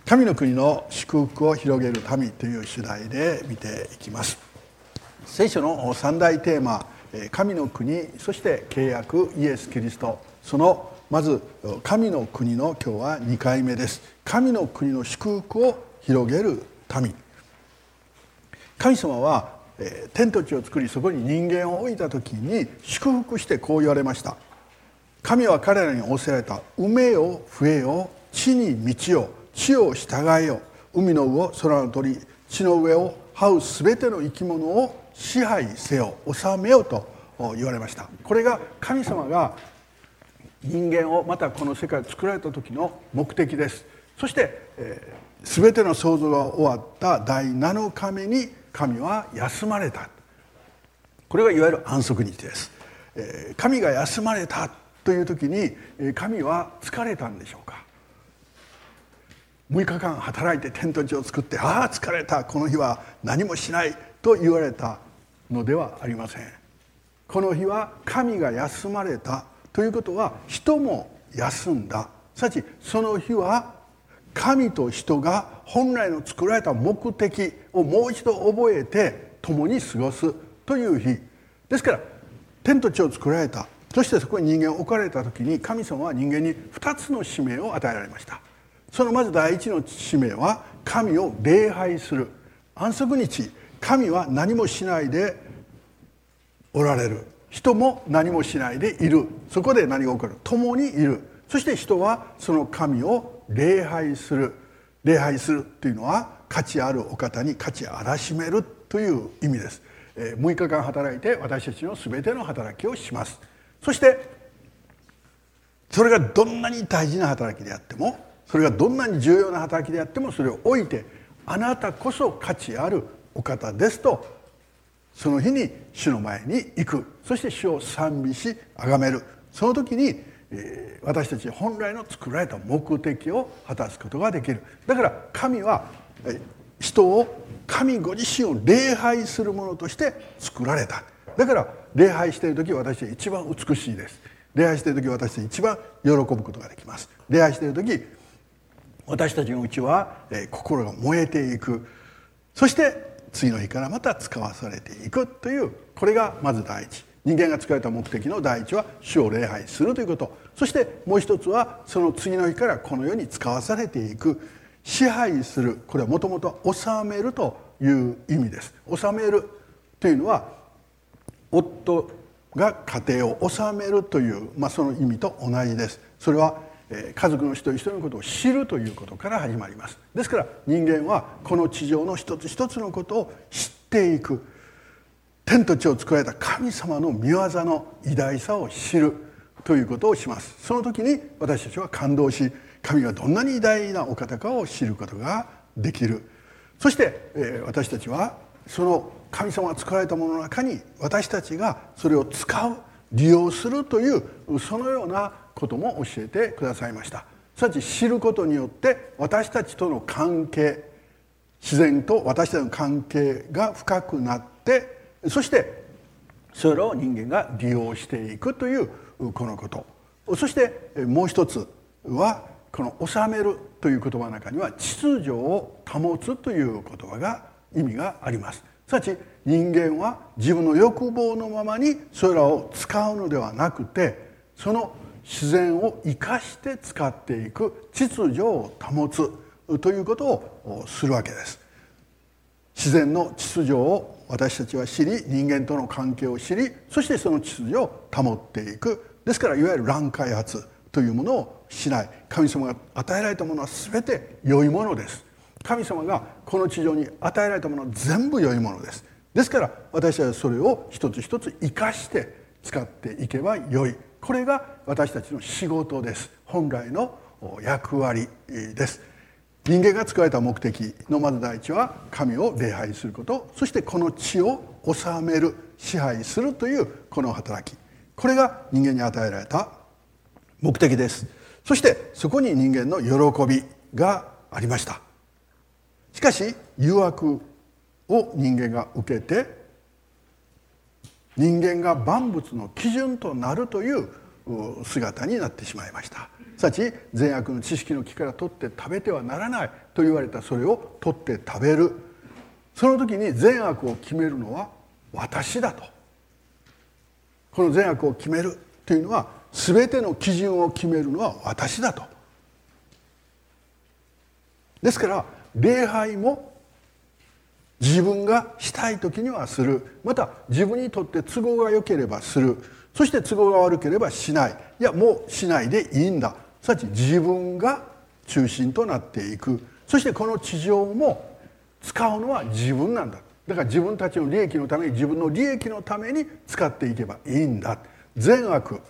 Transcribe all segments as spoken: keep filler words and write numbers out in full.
神の国の祝福を広げる民という主題で見ていきます。聖書の三大テーマ、神の国、そして契約、イエス・キリスト、そのまず神の国の今日はにかいめです。神の国の祝福を広げる民。神様は天と地を作り、そこに人間を置いた時に祝福してこう言われました。神は彼らに仰せられた。埋めよ増えよ、地に満ちよ、地を従えよ、海の魚、空の鳥、地の上を這うすべての生き物を支配せよ、治めよと言われました。これが神様が人間をまたこの世界を作られた時の目的です。そして、えー、すべての創造が終わっただいなのかめに神は休まれた。これがいわゆる安息日です。えー、神が休まれたという時に神は疲れたんでしょうか。むいかかん働いて天と地を作って、ああ疲れた、この日は何もしないと言われたのではありません。この日は神が休まれたということは人も休んだ。すなわちその日は神と人が本来の作られた目的をもう一度覚えて共に過ごすという日ですから、天と地を作られた、そしてそこに人間を置かれた時に神様は人間にふたつの使命を与えられました。そのまず第一の使命は神を礼拝する。安息日、神は何もしないでおられる。人も何もしないでいる。そこで何が起こる？共にいる。そして人はその神を礼拝する。礼拝するというのは価値あるお方に価値あらしめるという意味です。むいかかん働いて私たちの全ての働きをします。そしてそれがどんなに大事な働きであっても、それがどんなに重要な働きであっても、それを置いてあなたこそ価値あるお方ですと、その日に主の前に行く。そして主を賛美し崇める。その時に、えー、私たち本来の作られた目的を果たすことができる。だから神は、えー、人を神ご自身を礼拝するものとして作られた。だから礼拝している時私たち一番美しいです。礼拝している時私たち一番喜ぶことができます。礼拝している時私たちのうちは、えー、心が燃えていく。そして次の日からまた使わされていくという、これがまず第一。人間が作られた目的の第一は主を礼拝するということ。そしてもう一つはその次の日からこの世に使わされていく、支配する。これはもともと治めるという意味です。治めるというのは夫が家庭を治めるという、まあ、その意味と同じです。それは家族の一人一人のことを知るということから始まります。ですから人間はこの地上の一つ一つのことを知っていく。天と地を作られた神様の御業の偉大さを知るということをします。その時に私たちは感動し、神がどんなに偉大なお方かを知ることができる。そして、えー、私たちはその神様が作られたものの中に私たちがそれを使う、利用するというそのようなことも教えてくださいました。すなわち知ることによって私たちとの関係、自然と私たちの関係が深くなって、そしてそれを人間が利用していくというこのこと。そしてもう一つはこの治めるという言葉の中には秩序を保つという言葉が意味があります。すなわち人間は自分の欲望のままにそれらを使うのではなくて、その自然を生かして使っていく、秩序を保つということをするわけです。自然の秩序を私たちは知り、人間との関係を知り、そしてその秩序を保っていく。ですからいわゆる乱開発というものをしない。神様が与えられたものは全て良いものです。神様がこの地上に与えられたものは全部良いものです。ですから私たちはそれを一つ一つ生かして使っていけば良い。これが私たちの仕事です。本来の役割です。人間が作られた目的のまず第一は神を礼拝すること、そしてこの地を治める、支配するというこの働き、これが人間に与えられた目的です。そしてそこに人間の喜びがありました。しかし誘惑を人間が受けて、人間が万物の基準となるという姿になってしまいました。すなわち善悪の知識の木から取って食べてはならないと言われたそれを取って食べる。その時に善悪を決めるのは私だと。この善悪を決めるというのは全ての基準を決めるのは私だと。ですから礼拝も自分がしたい時にはする、また自分にとって都合が良ければする、そして都合が悪ければしない、いやもうしないでいいんだ、すなわち自分が中心となっていく。そしてこの地上も使うのは自分なんだ。だから自分たちの利益のために、自分の利益のために使っていけばいいんだ。善悪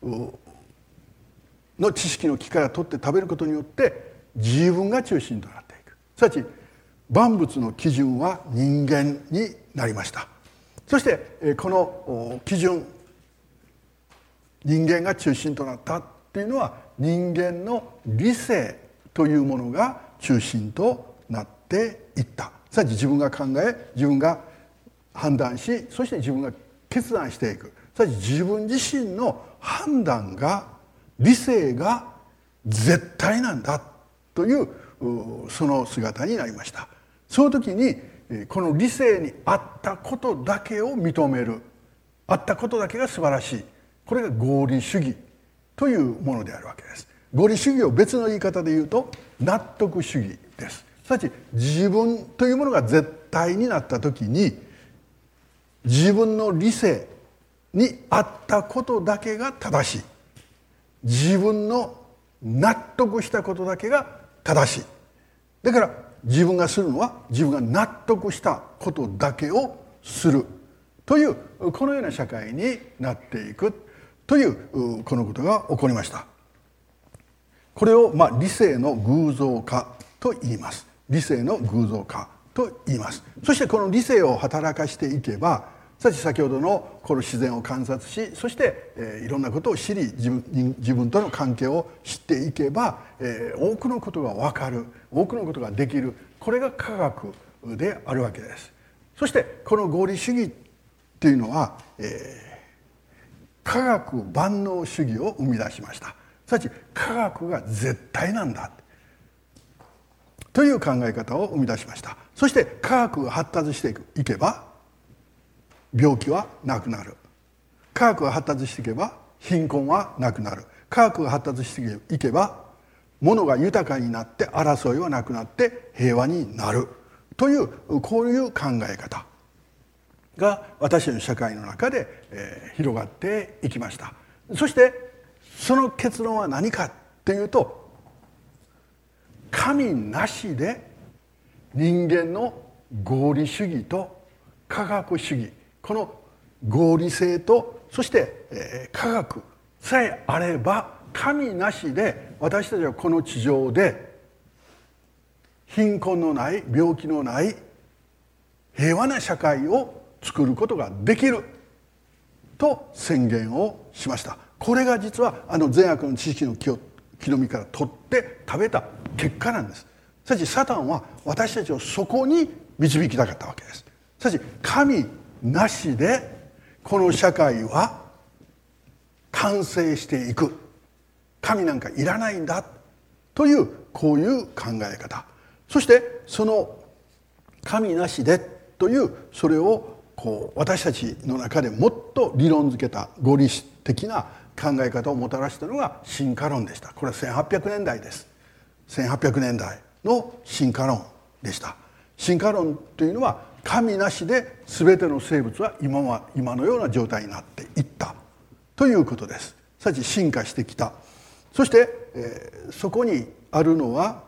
の知識の木から取って食べることによって自分が中心となっていく。すなわち万物の基準は人間になりました。そしてこの基準、人間が中心となったっていうのは人間の理性というものが中心となっていった。すなわち自分が考え、自分が判断し、そして自分が決断していく。すなわち自分自身の判断が、理性が絶対なんだというその姿になりました。その時にこの理性にあったことだけを認める、あったことだけが素晴らしい、これが合理主義というものであるわけです。合理主義を別の言い方で言うと納得主義です。すなわち自分というものが絶対になった時に、自分の理性にあったことだけが正しい、自分の納得したことだけが正しい。だから自分がするのは自分が納得したことだけをするという、このような社会になっていくというこのことが起こりました。これをまあ理性の偶像化と言います。理性の偶像化と言います。そしてこの理性を働かしていけば、さち先ほどのこの自然を観察し、そして、えー、いろんなことを知り、自分、自分との関係を知っていけば、えー、多くのことが分かる、多くのことができる、これが科学であるわけです。そしてこの合理主義というのは、えー、科学万能主義を生み出しました。すなわち科学が絶対なんだという考え方を生み出しました。そして科学が発達していけば病気はなくなる。科学が発達していけば貧困はなくなる。科学が発達していけば物が豊かになって争いはなくなって平和になるという、こういう考え方が私たちの社会の中で、えー、広がっていきました。そしてその結論は何かというと、神なしで人間の合理主義と科学主義、この合理性とそして、えー、科学さえあれば、神なしで私たちはこの地上で貧困のない、病気のない平和な社会を作ることができると宣言をしました。これが実はあの善悪の知識の木を木の実から取って食べた結果なんです。すなわちサタンは私たちをそこに導きたかったわけです。すなわち神なしでこの社会は完成していく、神なんかいらないんだという、こういう考え方、そしてその神なしでという、それをこう私たちの中でもっと理論づけた合理的な考え方をもたらしたのが進化論でした。これはせんはっぴゃくねんだいです。せんはっぴゃくねんだいの進化論でした。進化論というのは神なしで全ての生物は今は今のような状態になっていったということです。すなわち進化してきた。そして、えー、そこにあるのは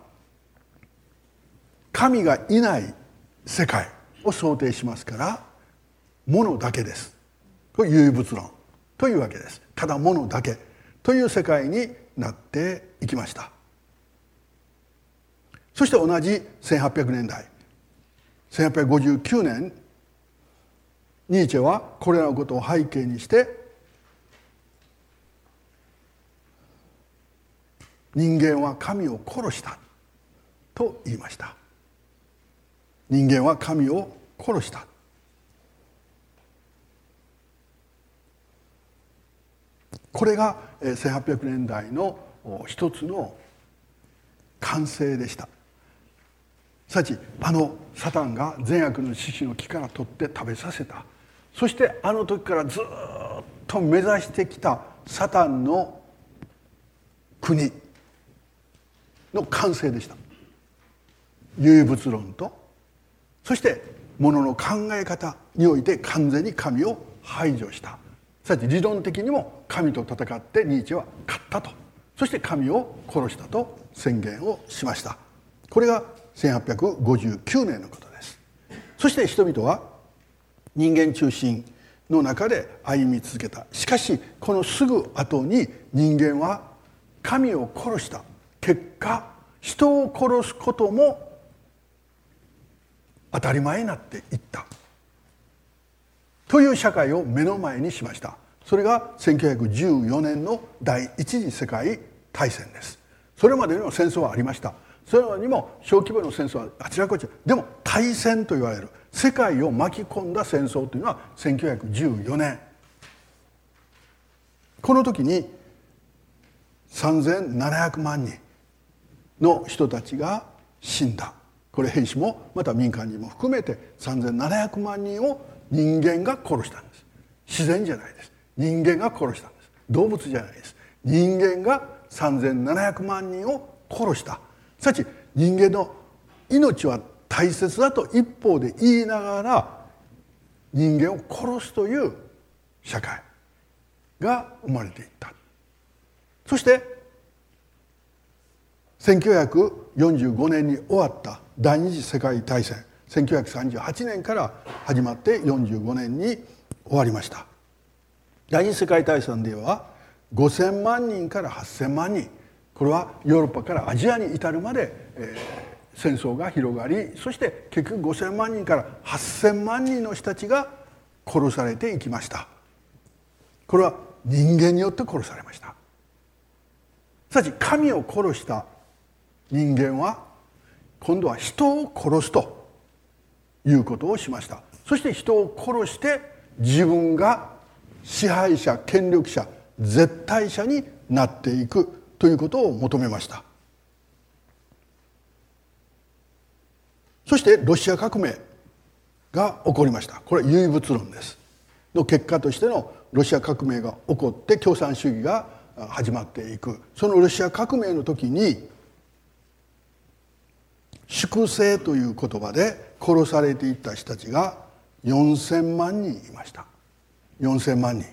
神がいない世界を想定しますから、物だけです。これ唯物論というわけです。ただ物だけという世界になっていきました。そして同じせんはっぴゃくねんだい、せんはっぴゃくごじゅうきゅうねん、ニーチェはこれらのことを背景にして人間は神を殺したと言いました。人間は神を殺した。 これがせんはっぴゃくねんだいの一つの完成でした。すなわちあのサタンが善悪の知識の木から取って食べさせた。そしてあの時からずっと目指してきたサタンの国の完成でした。唯物論と、そして物の考え方において完全に神を排除した。すなわち理論的にも神と戦ってニーチェは勝ったと、そして神を殺したと宣言をしました。これがせんはっぴゃくごじゅうきゅうねんのことです。そして人々は人間中心の中で歩み続けた。しかしこのすぐ後に人間は神を殺した結果、人を殺すことも当たり前になっていったという社会を目の前にしました。それがせんきゅうひゃくじゅうよねんの第一次世界大戦です。それまでにも戦争はありました。それまでにも小規模の戦争はあちらこちら。でも大戦と言われる世界を巻き込んだ戦争というのはせんきゅうひゃくじゅうよねん。この時にさんぜんななひゃくまんにんの人たちが死んだ。これ兵士もまた民間人も含めてさんぜんななひゃくまんにんを人間が殺したんです。自然じゃないです。人間が殺したんです。動物じゃないです。人間がさんぜんななひゃくまんにんを殺した。すなわち人間の命は大切だと一方で言いながら人間を殺すという社会が生まれていった。そしてせんきゅうひゃくよんじゅうごねんに終わった第二次世界大戦、せんきゅうひゃくさんじゅうはちねんから始まってよんじゅうごねんに終わりました。第二次世界大戦ではごせんまんにんからはっせんまんにん、これはヨーロッパからアジアに至るまで、えー、戦争が広がり、そして結局ごせんまんにんからはっせんまんにんの人たちが殺されていきました。これは人間によって殺されました。すなわち神を殺した人間は今度は人を殺すということをしました。そして人を殺して自分が支配者、権力者、絶対者になっていくということを求めました。そしてロシア革命が起こりました。これは唯物論です。の結果としてのロシア革命が起こって共産主義が始まっていく。そのロシア革命の時に粛清という言葉で殺されていった人たちがよんせんまんにんいました。よんせんまんにん。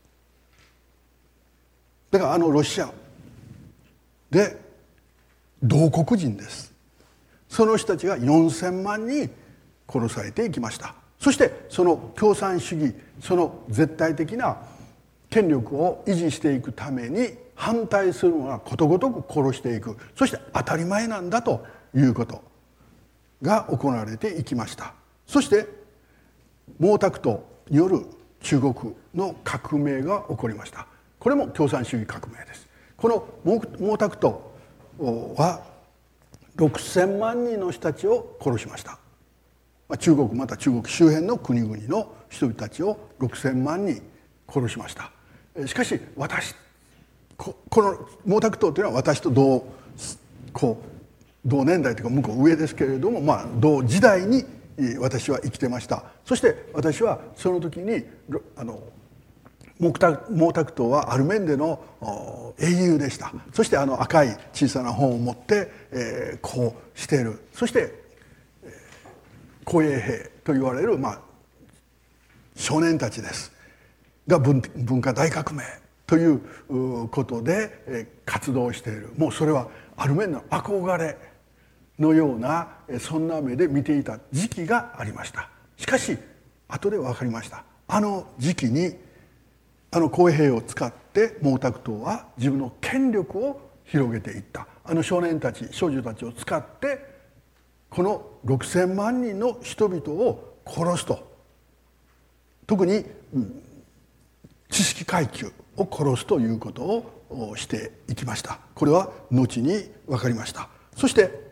だからあのロシアで同国人です。その人たちがよんせんまんにん殺されていきました。そしてその共産主義、その絶対的な権力を維持していくために反対するのはことごとく殺していく。そして当たり前なんだということが行われていきました。そして毛沢東による中国の革命が起こりました。これも共産主義革命です。この毛沢東はろくせんまんにんの人たちを殺しました。中国また中国周辺の国々の人々たちをろくせんまんにん殺しました。しかし私この毛沢東というのは私と同こう同年代というか向こう上ですけれども、まあ、同時代に私は生きてました。そして私はその時にあの毛沢東はある面での英雄でした。そしてあの赤い小さな本を持って、えー、こうしている。そして、えー、紅衛兵と言われる、まあ、少年たちですが 文, 文化大革命ということで活動している。もうそれはある面の憧れのようなそんな目で見ていた時期がありました。しかし後で分かりました。あの時期にあの紅衛兵を使って毛沢東は自分の権力を広げていった。あの少年たち少女たちを使ってこのろくせんまんにんの人々を殺すと、特に知識階級を殺すということをしていきました。これは後に分かりました。そして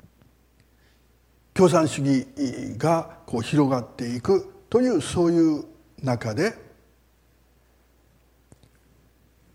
共産主義がこう広がっていくというそういう中で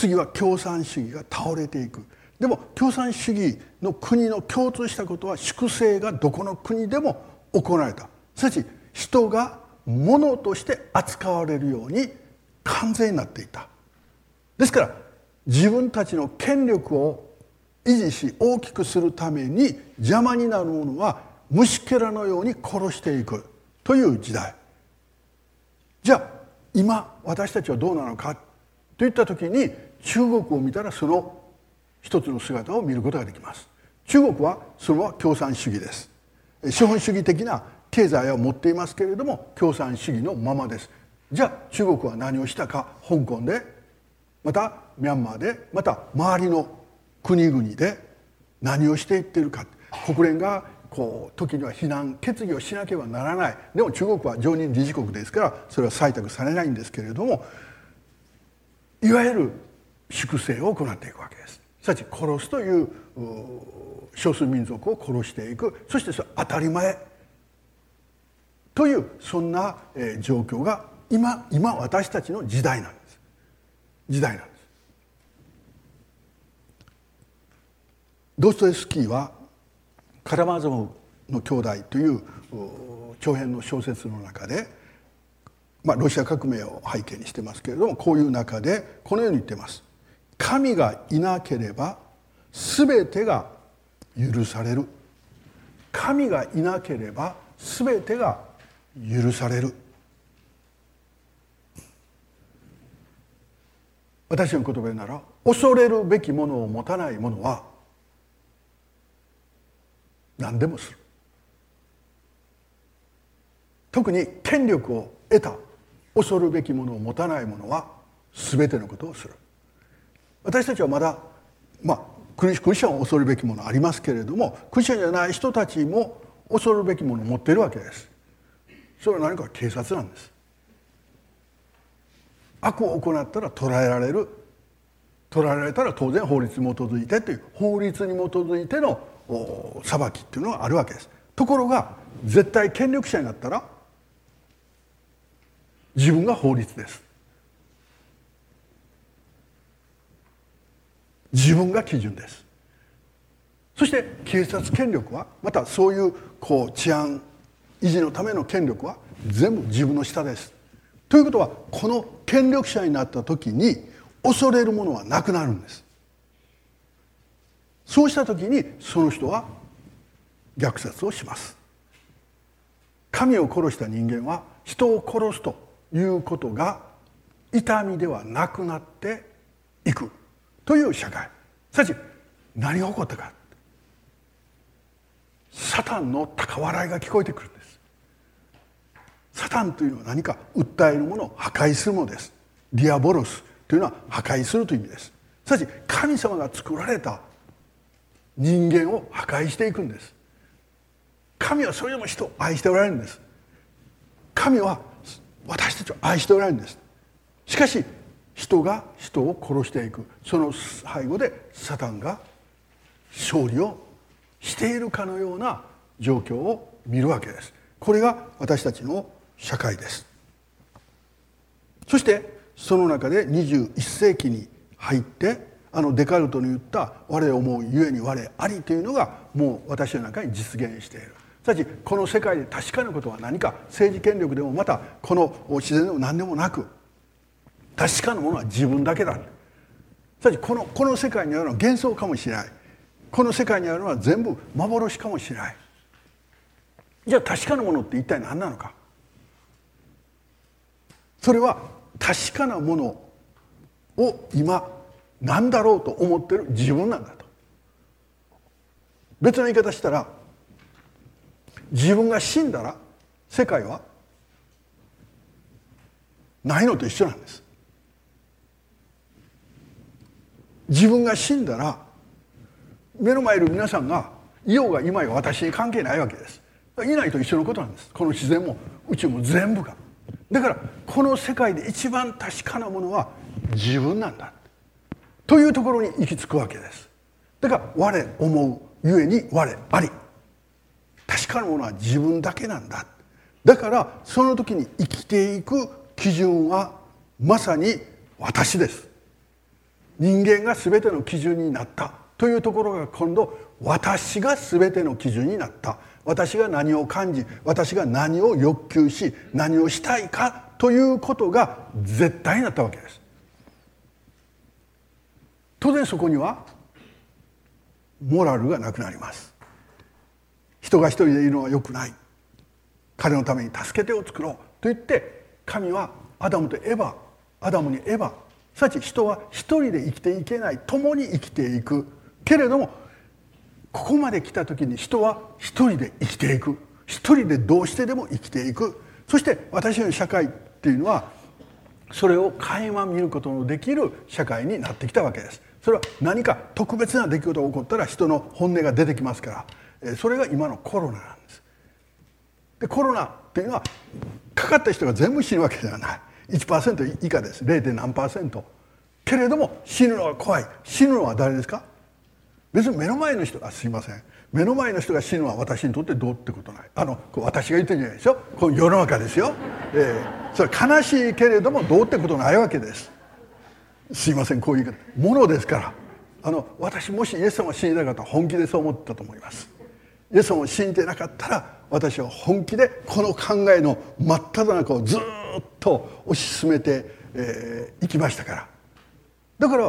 次は共産主義が倒れていく。でも共産主義の国の共通したことは、粛清がどこの国でも行われた。すなわち人が物として扱われるように完全になっていた。ですから自分たちの権力を維持し大きくするために邪魔になるものは虫けらのように殺していくという時代。じゃあ今私たちはどうなのかといった時に、中国を見たらその一つの姿を見ることができます。中国はそれは共産主義です。資本主義的な経済は持っていますけれども共産主義のままです。じゃあ中国は何をしたか。香港で、またミャンマーで、また周りの国々で何をしていっているか。国連がこう時には非難決議をしなければならない。でも中国は常任理事国ですからそれは採択されないんですけれども、いわゆる粛清を行っていくわけです。すなわち殺すという少数民族を殺していく。そしてそれは当たり前という、そんな状況が今今私たちの時代なんです。時代なんです。ドストエフスキーはカラマーゾフの兄弟という長編の小説の中で、まあ、ロシア革命を背景にしてますけれども、こういう中でこのように言っています。神がいなければ全てが許される。神がいなければ全てが許される。私の言葉なら、恐れるべきものを持たない者は何でもする。特に権力を得た恐るべきものを持たない者は全てのことをする。私たちはまだ、まあ、クリスチャンは恐るべきものありますけれども、クリスチャンじゃない人たちも恐るべきものを持っているわけです。それは何か警察なんです。悪を行ったら捕らえられる。捕らえられたら当然法律に基づいてという、法律に基づいての裁きっていうのがあるわけです。ところが絶対権力者になったら自分が法律です。自分が基準です。そして警察権力はまたそういうこう治安維持のための権力は全部自分の下です。ということは、この権力者になった時に恐れるものはなくなるんです。そうした時にその人は虐殺をします。神を殺した人間は人を殺すということが痛みではなくなっていくという社会。しかし何が起こったか、サタンの高笑いが聞こえてくるんです。サタンというのは何か訴えるものを破壊するものです。ディアボロスというのは破壊するという意味です。しかし神様が作られた人間を破壊していくんです。神はそれでも人を愛しておられるんです。神は私たちを愛しておられるんです。しかし人が人を殺していく、その背後でサタンが勝利をしているかのような状況を見るわけです。これが私たちの社会です。そしてその中でにじゅういっ世紀に入って、あのデカルトの言った「我思うゆえに我あり」というのがもう私の中に実現している。すなわちこの世界で確かなことは何か、政治権力でもまたこの自然でも何でもなく、確かなものは自分だけだ。すなわちこのこの世界にあるのは幻想かもしれない。この世界にあるのは全部幻かもしれない。じゃあ確かなものって一体何なのか。それは確かなものを今何だろうと思ってる自分なんだと。別の言い方したら、自分が死んだら世界はないのと一緒なんです。自分が死んだら目の前にいる皆さんがいようがいまいが私に関係ないわけです。いないと一緒のことなんです。この自然も宇宙も全部が。だからこの世界で一番確かなものは自分なんだというところに行き着くわけです。だから我思うゆえに我あり。確かなものは自分だけなんだ。だからその時に生きていく基準はまさに私です。 人間が全ての基準になったというところが今度私が全ての基準になった。私が何を感じ、私が何を欲求し、何をしたいかということが絶対になったわけです。当然そこにはモラルがなくなります。人が一人でいるのは良くない。彼のために助け手を作ろうと言って神はアダムとエバ、アダムにエバ、すなわち人は一人で生きていけない、共に生きていくけれども、ここまで来た時に人は一人で生きていく、一人でどうしてでも生きていく。そして私の社会っていうのはそれを垣間見ることのできる社会になってきたわけです。それは何か特別な出来事が起こったら人の本音が出てきますから、それが今のコロナなんです。でコロナっていうのはかかった人が全部死ぬわけではない。いちパーセント 以下です。 ゼロ. 何パーセントけれども死ぬのは怖い。死ぬのは誰ですか？別に目の前の人が、すいません、目の前の人が死ぬのは私にとってどうってことない。あの私が言ってるんじゃないですよ。この世の中ですよ、えー、それは悲しいけれどもどうってことないわけです。すいません、こういう言い方、ものですから。あの私もしイエス様が死にたかったら本気でそう思ったと思います。イエス様を信じてなかったら私は本気でこの考えの真っ只中をずっと推し進めてい、えー、きましたから。だから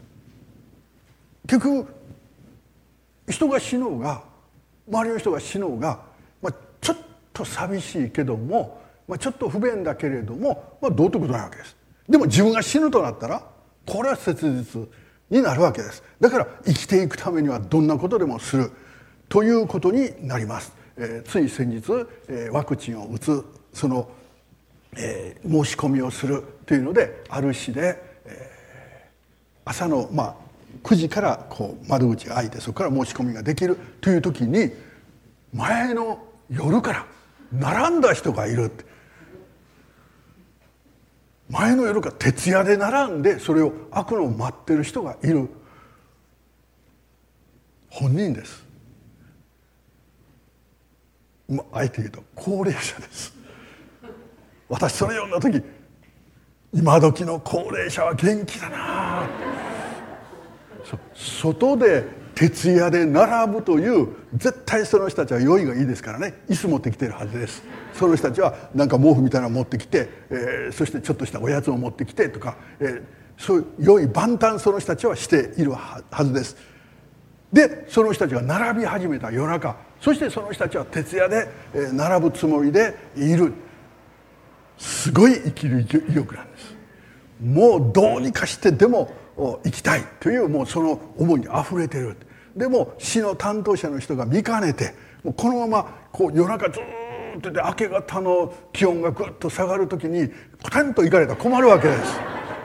結局人が死のうが周りの人が死のうが、まあ、ちょっと寂しいけども、まあ、ちょっと不便だけれども、まあ、どうってことないわけです。でも自分が死ぬとなったらこれは切実になるわけです。だから生きていくためにはどんなことでもするということになります。えー、つい先日、えー、ワクチンを打つその、えー、申し込みをするというのである市で、えー、朝のまあくじからこう窓口が開いてそこから申し込みができるという時に前の夜から並んだ人がいるって。前の夜から徹夜で並んでそれを開くのを待ってる人がいる。本人です。まあえて言うと高齢者です。私それ読んだ時今時の高齢者は元気だな。外で徹夜で並ぶという絶対その人たちは用意がいいですからね。椅子持ってきてるはずです。その人たちはなんか毛布みたいなの持ってきて、えー、そしてちょっとしたおやつを持ってきてとか、えー、そういう用意万端その人たちはしているはずです。でその人たちが並び始めた夜中、そしてその人たちは徹夜で並ぶつもりでいる。すごい生きる意欲なんです。もうどうにかしてでも生きたいというもうその思いにあふれている。でも市の担当者の人が見かねてもうこのままこう夜中ずっとで明け方の気温がぐっと下がる時にコタンと行かれたら困るわけです。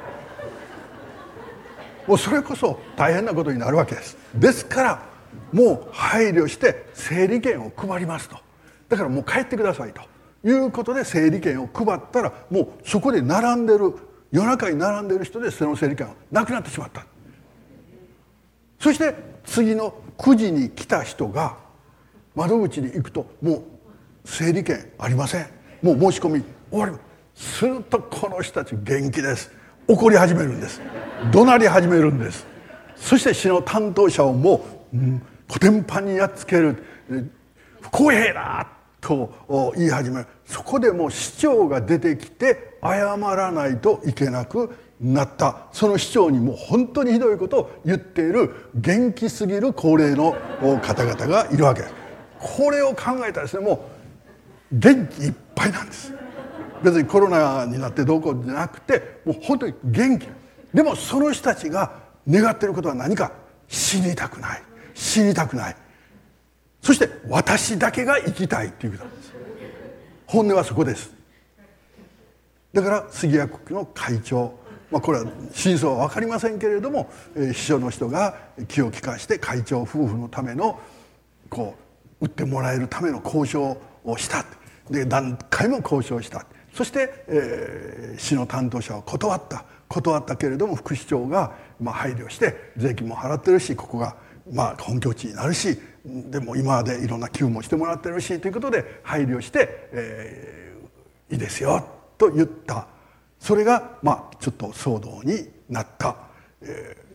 もうそれこそ大変なことになるわけです。ですからもう配慮して整理券を配りますと。だからもう帰ってくださいということで整理券を配ったらもうそこで並んでる夜中に並んでる人でその整理券がなくなってしまった。そして次のくじに来た人が窓口に行くともう整理券ありません。もう申し込み終わり。するとこの人たち元気です。怒り始めるんです。怒鳴り始めるんです。そして市の担当者をもう、うん、コテンパンにやっつける。不公平だと言い始める。そこでもう市長が出てきて謝らないといけなくなった。その市長にもう本当にひどいことを言っている元気すぎる高齢の方々がいるわけです。これを考えたらですね、もう元気いっぱいなんです。別にコロナになってどうこうじゃなくてもう本当に元気。でもその人たちが願っていることは何か。死にたくない、死にたくない。そして私だけが生きたいということなんです。本音はそこです。だから杉谷区の会長、まあ、これは真相は分かりませんけれども、えー、秘書の人が気を利かして会長夫婦のためのこう売ってもらえるための交渉をした。で何回も交渉した。そして、えー、市の担当者は断った断ったけれども副市長がまあ配慮して税金も払ってるしここがまあ本拠地になるしでも今までいろんな寄付もしてもらってるしということで配慮して、えー、いいですよと言った。それがまあちょっと騒動になった。えー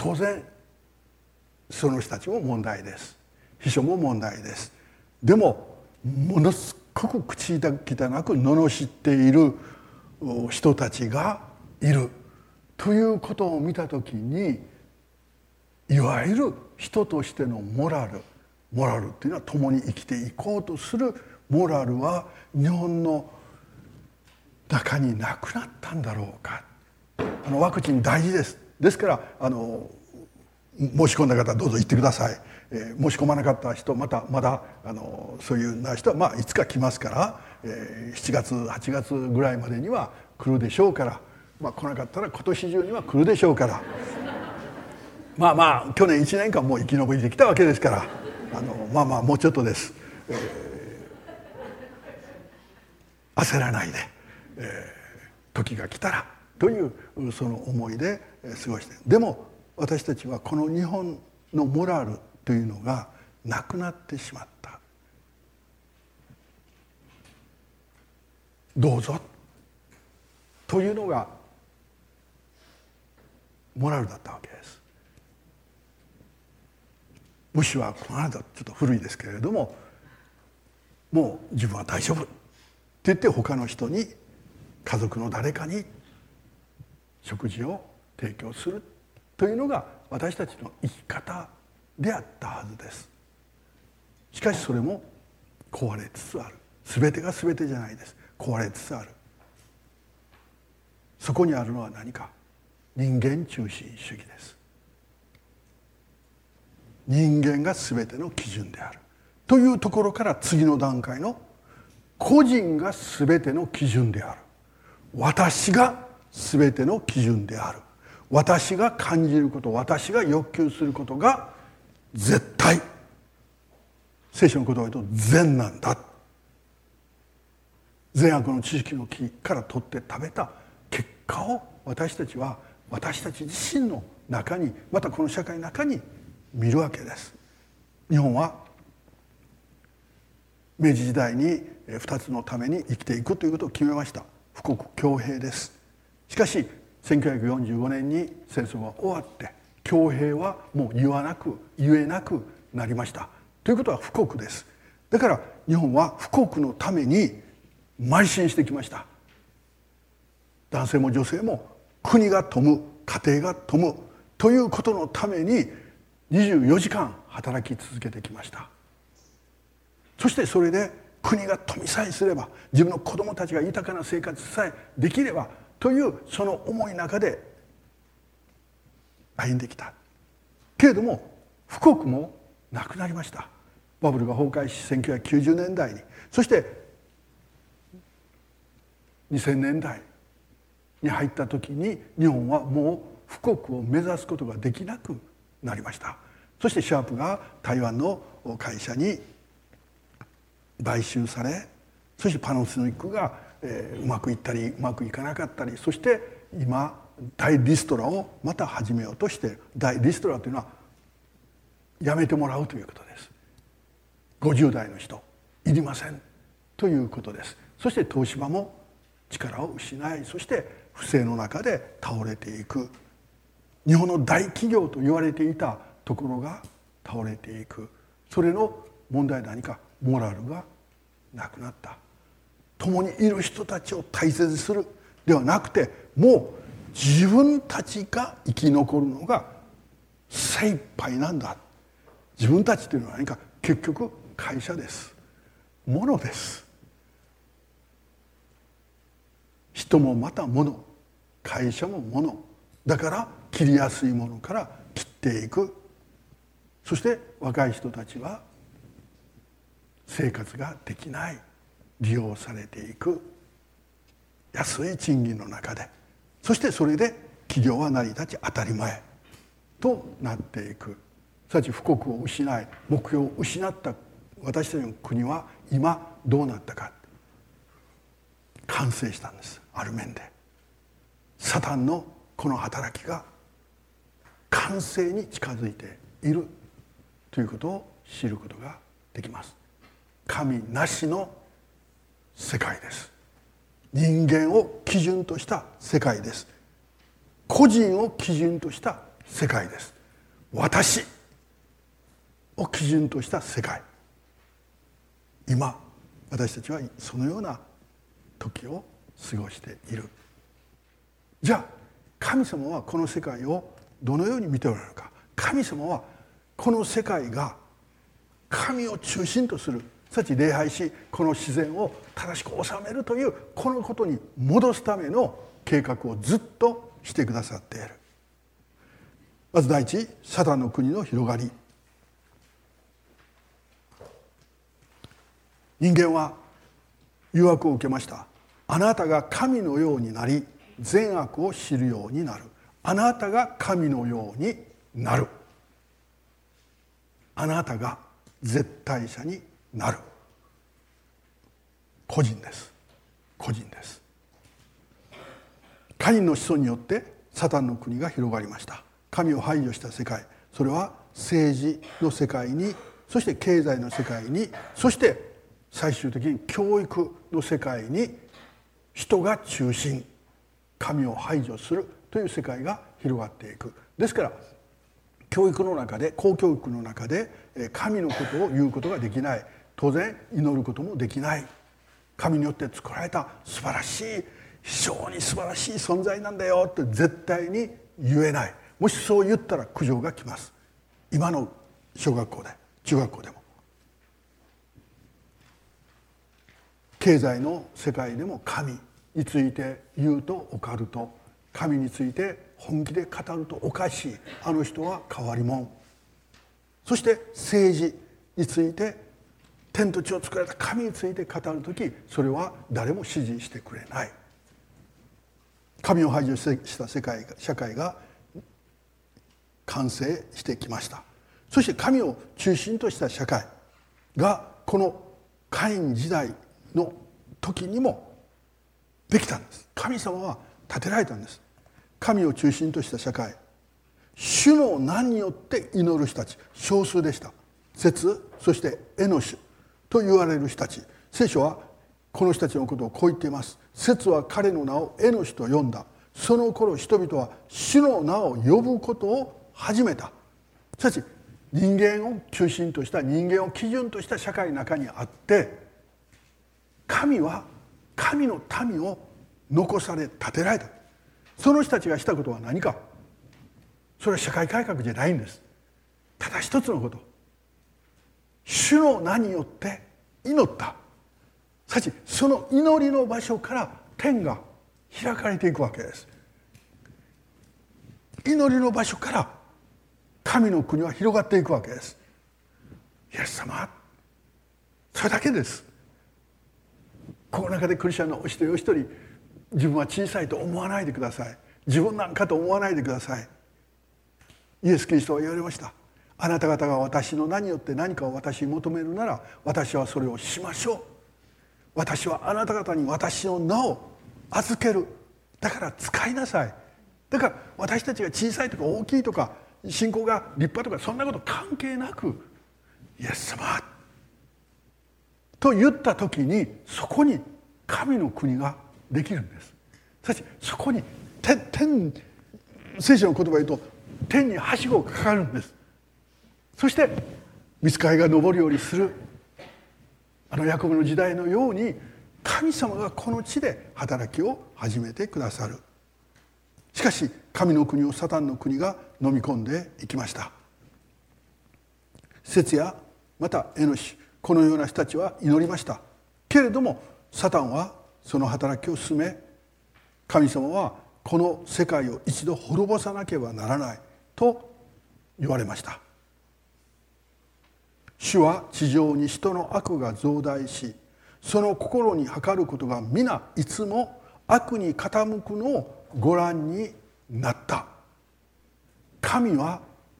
当然その人たちも問題です。秘書も問題です。でもものすごく口汚く罵っている人たちがいるということを見たときに、いわゆる人としてのモラルモラルっていうのは共に生きていこうとするモラルは日本の中になくなったんだろうか。あのワクチン大事です。ですからあの申し込んだ方どうぞ行ってください。えー、申し込まなかった人またまだあのそういうな人は、まあ、いつか来ますから、えー、しちがつはちがつぐらいまでには来るでしょうから、まあ、来なかったら今年中には来るでしょうから。まあまあ去年いちねんかんもう生き延びてきたわけですから、あのまあまあもうちょっとです、えー、焦らないで、えー、時が来たらというその思いで過ごして、でも私たちはこの日本のモラルというのがなくなってしまった。どうぞというのがモラルだったわけです。武士はこの間ちょっと古いですけれども、もう自分は大丈夫って言って他の人に、家族の誰かに食事を提供するというのが私たちの生き方であったはずです。しかしそれも壊れつつある。全てが全てじゃないです。壊れつつある。そこにあるのは何か、人間中心主義です。人間が全ての基準であるというところから、次の段階の個人が全ての基準である、私が全ての基準である、私が感じること、私が欲求することが絶対、聖書の言葉を言うと善なんだ。善悪の知識の木から取って食べた結果を私たちは私たち自身の中に、またこの社会の中に見るわけです。日本は明治時代にふたつのために生きていくということを決めました。富国強兵です。しかしせんきゅうひゃくよんじゅうごねんに戦争が終わって強兵はもう言わなく言えなくなりました。ということは富国です。だから日本は富国のために邁進してきました。男性も女性も国が富む、家庭が富むということのためににじゅうよじかん働き続けてきました。そしてそれで国が富さえすれば、自分の子供たちが豊かな生活さえできればというその思いの中で歩んできた。けれども富国もなくなりました。バブルが崩壊しせんきゅうひゃくきゅうじゅうねんだいに、そしてにせんねんだいに入った時に日本はもう富国を目指すことができなくなりました。そしてシャープが台湾の会社に買収され、そしてパナソニックが、えー、うまくいったりうまくいかなかったり、そして今大リストラをまた始めようとしている。大リストラというのはやめてもらうということです。ごじゅう代の人いりませんということです。そして東芝も力を失い、そして不正の中で倒れていく。日本の大企業と言われていたところが倒れていく。それの問題は何か、モラルがなくなった。共にいる人たちを大切にするではなくて、もう自分たちが生き残るのが精一杯なんだ。自分たちというのは何か、結局会社です。物です。人もまた物、会社も物だから、切りやすいものから切っていく。そして若い人たちは生活ができない、利用されていく、安い賃金の中で、そしてそれで企業は成り立ち当たり前となっていく。すなわち富国を失い、目標を失った私たちの国は今どうなったか。完成したんです。ある面でサタンのこの働きが完成に近づいているということを知ることができます。神なしの世界です。人間を基準とした世界です。個人を基準とした世界です。 私を基準とした世界、今私たちはそのような時を過ごしている。じゃあ神様はこの世界をどのように見ておられるのか。神様はこの世界が神を中心とする、すなわち礼拝しこの自然を正しく治めるというこのことに戻すための計画をずっとしてくださっている。まず第一、サタンの国の広がり。人間は誘惑を受けました。あなたが神のようになり善悪を知るようになる。あなたが神のようになる。あなたが絶対者になる。個人です。個人です。カインの子孫によってサタンの国が広がりました。神を排除した世界、それは政治の世界に、そして経済の世界に、そして最終的に教育の世界に人が中心、神を排除するという世界が広がっていく。ですから教育の中で、公教育の中で神のことを言うことができない。当然祈ることもできない。神によって作られた素晴らしい、非常に素晴らしい存在なんだよって絶対に言えない。もしそう言ったら苦情が来ます。今の小学校で、中学校でも。経済の世界でも神について言うとオカルト、神について本気で語るとおかしい、あの人は変わり者。そして政治について、天と地を作られた神について語るとき、それは誰も支持してくれない。神を排除した世界が、社会が完成してきました。そして神を中心とした社会がこのカイン時代の時にもできたんです。神様は建てられたんです。神を中心とした社会、主の名によって祈る人たち、少数でした。セツ、そしてエノシュと言われる人たち。聖書はこの人たちのことをこう言っています。セツは彼の名をエノシュと呼んだ。その頃人々は主の名を呼ぶことを始めた。しかし人間を中心とした、人間を基準とした社会の中にあって、神は神の民を残され建てられた。その人たちがしたことは何か。それは社会改革じゃないんです。ただ一つのこと、主の名によって祈った。しかしその祈りの場所から天が開かれていくわけです。祈りの場所から神の国は広がっていくわけです。イエス様、それだけです。この中でクリスチャンのお一人お一人、自分は小さいと思わないでください。自分なんかと思わないでください。イエス・キリストは言われました。あなた方が私の名によって何かを私に求めるなら、私はそれをしましょう。私はあなた方に私の名を預ける。だから使いなさい。だから私たちが小さいとか大きいとか、信仰が立派とか、そんなこと関係なく、イエス様と言った時に、そこに神の国ができるんです。しかしそこに天、天聖書の言葉を言うと、天にはしごがかかるんです。そして御使いが昇るようにする、あのヤコブの時代のように神様がこの地で働きを始めてくださる。しかし神の国をサタンの国が飲み込んでいきました。セツやまたエノシ、このような人たちは祈りました。けれどもサタンはその働きを進め、神様はこの世界を一度滅ぼさなければならないと言われました。主は地上に人の悪が増大し、その心に計ることが皆いつも悪に傾くのをご覧になった。神は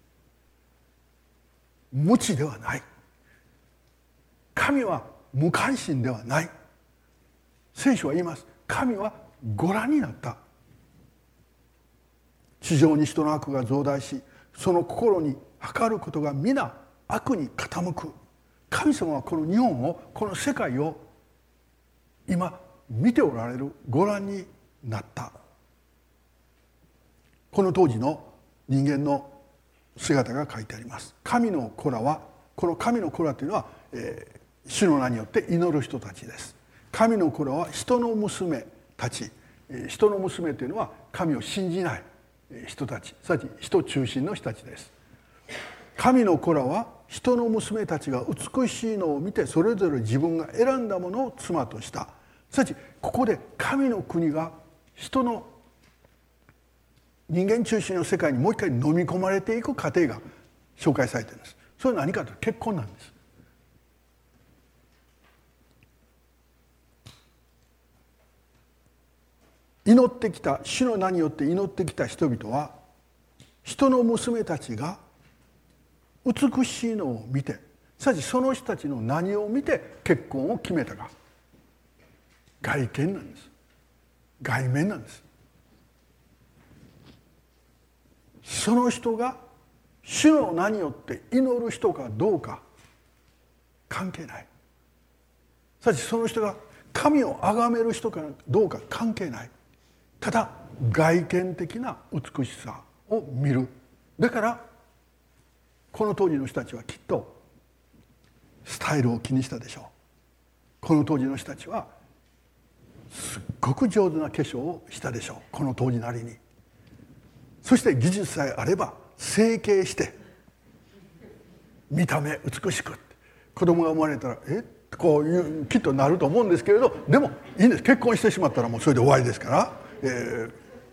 無知ではない。神は無関心ではない。聖書は言います。神はご覧になった。地上に人の悪が増大し、その心に計ることが皆悪に傾く。神様はこの日本を、この世界を今見ておられる、ご覧になった。この当時の人間の姿が書いてあります。神の子らは、この神の子らというのは、えー、主の名によって祈る人たちです。神の子らは人の娘たち、人の娘というのは神を信じない人たち、すなわち人中心の人たちです。神の子らは人の娘たちが美しいのを見て、それぞれ自分が選んだものを妻とした。すなわちここで神の国が人の人間中心の世界にもう一回飲み込まれていく過程が紹介されているんです。それは何かというと結婚なんです。祈ってきた、主の名によって祈ってきた人々は、人の娘たちが美しいのを見て、すなわちその人たちの何を見て結婚を決めたか。外見なんです。外面なんです。その人が主の名によって祈る人かどうか関係ない。すなわちその人が神を崇める人かどうか関係ない。ただ外見的な美しさを見る。だからこの当時の人たちはきっとスタイルを気にしたでしょう。この当時の人たちはすっごく上手な化粧をしたでしょう。この当時なりに。そして技術さえあれば整形して見た目美しく、子供が生まれたらえこういうきっとなると思うんですけれど、でもいいんです。結婚してしまったらもうそれで終わりですから。えー、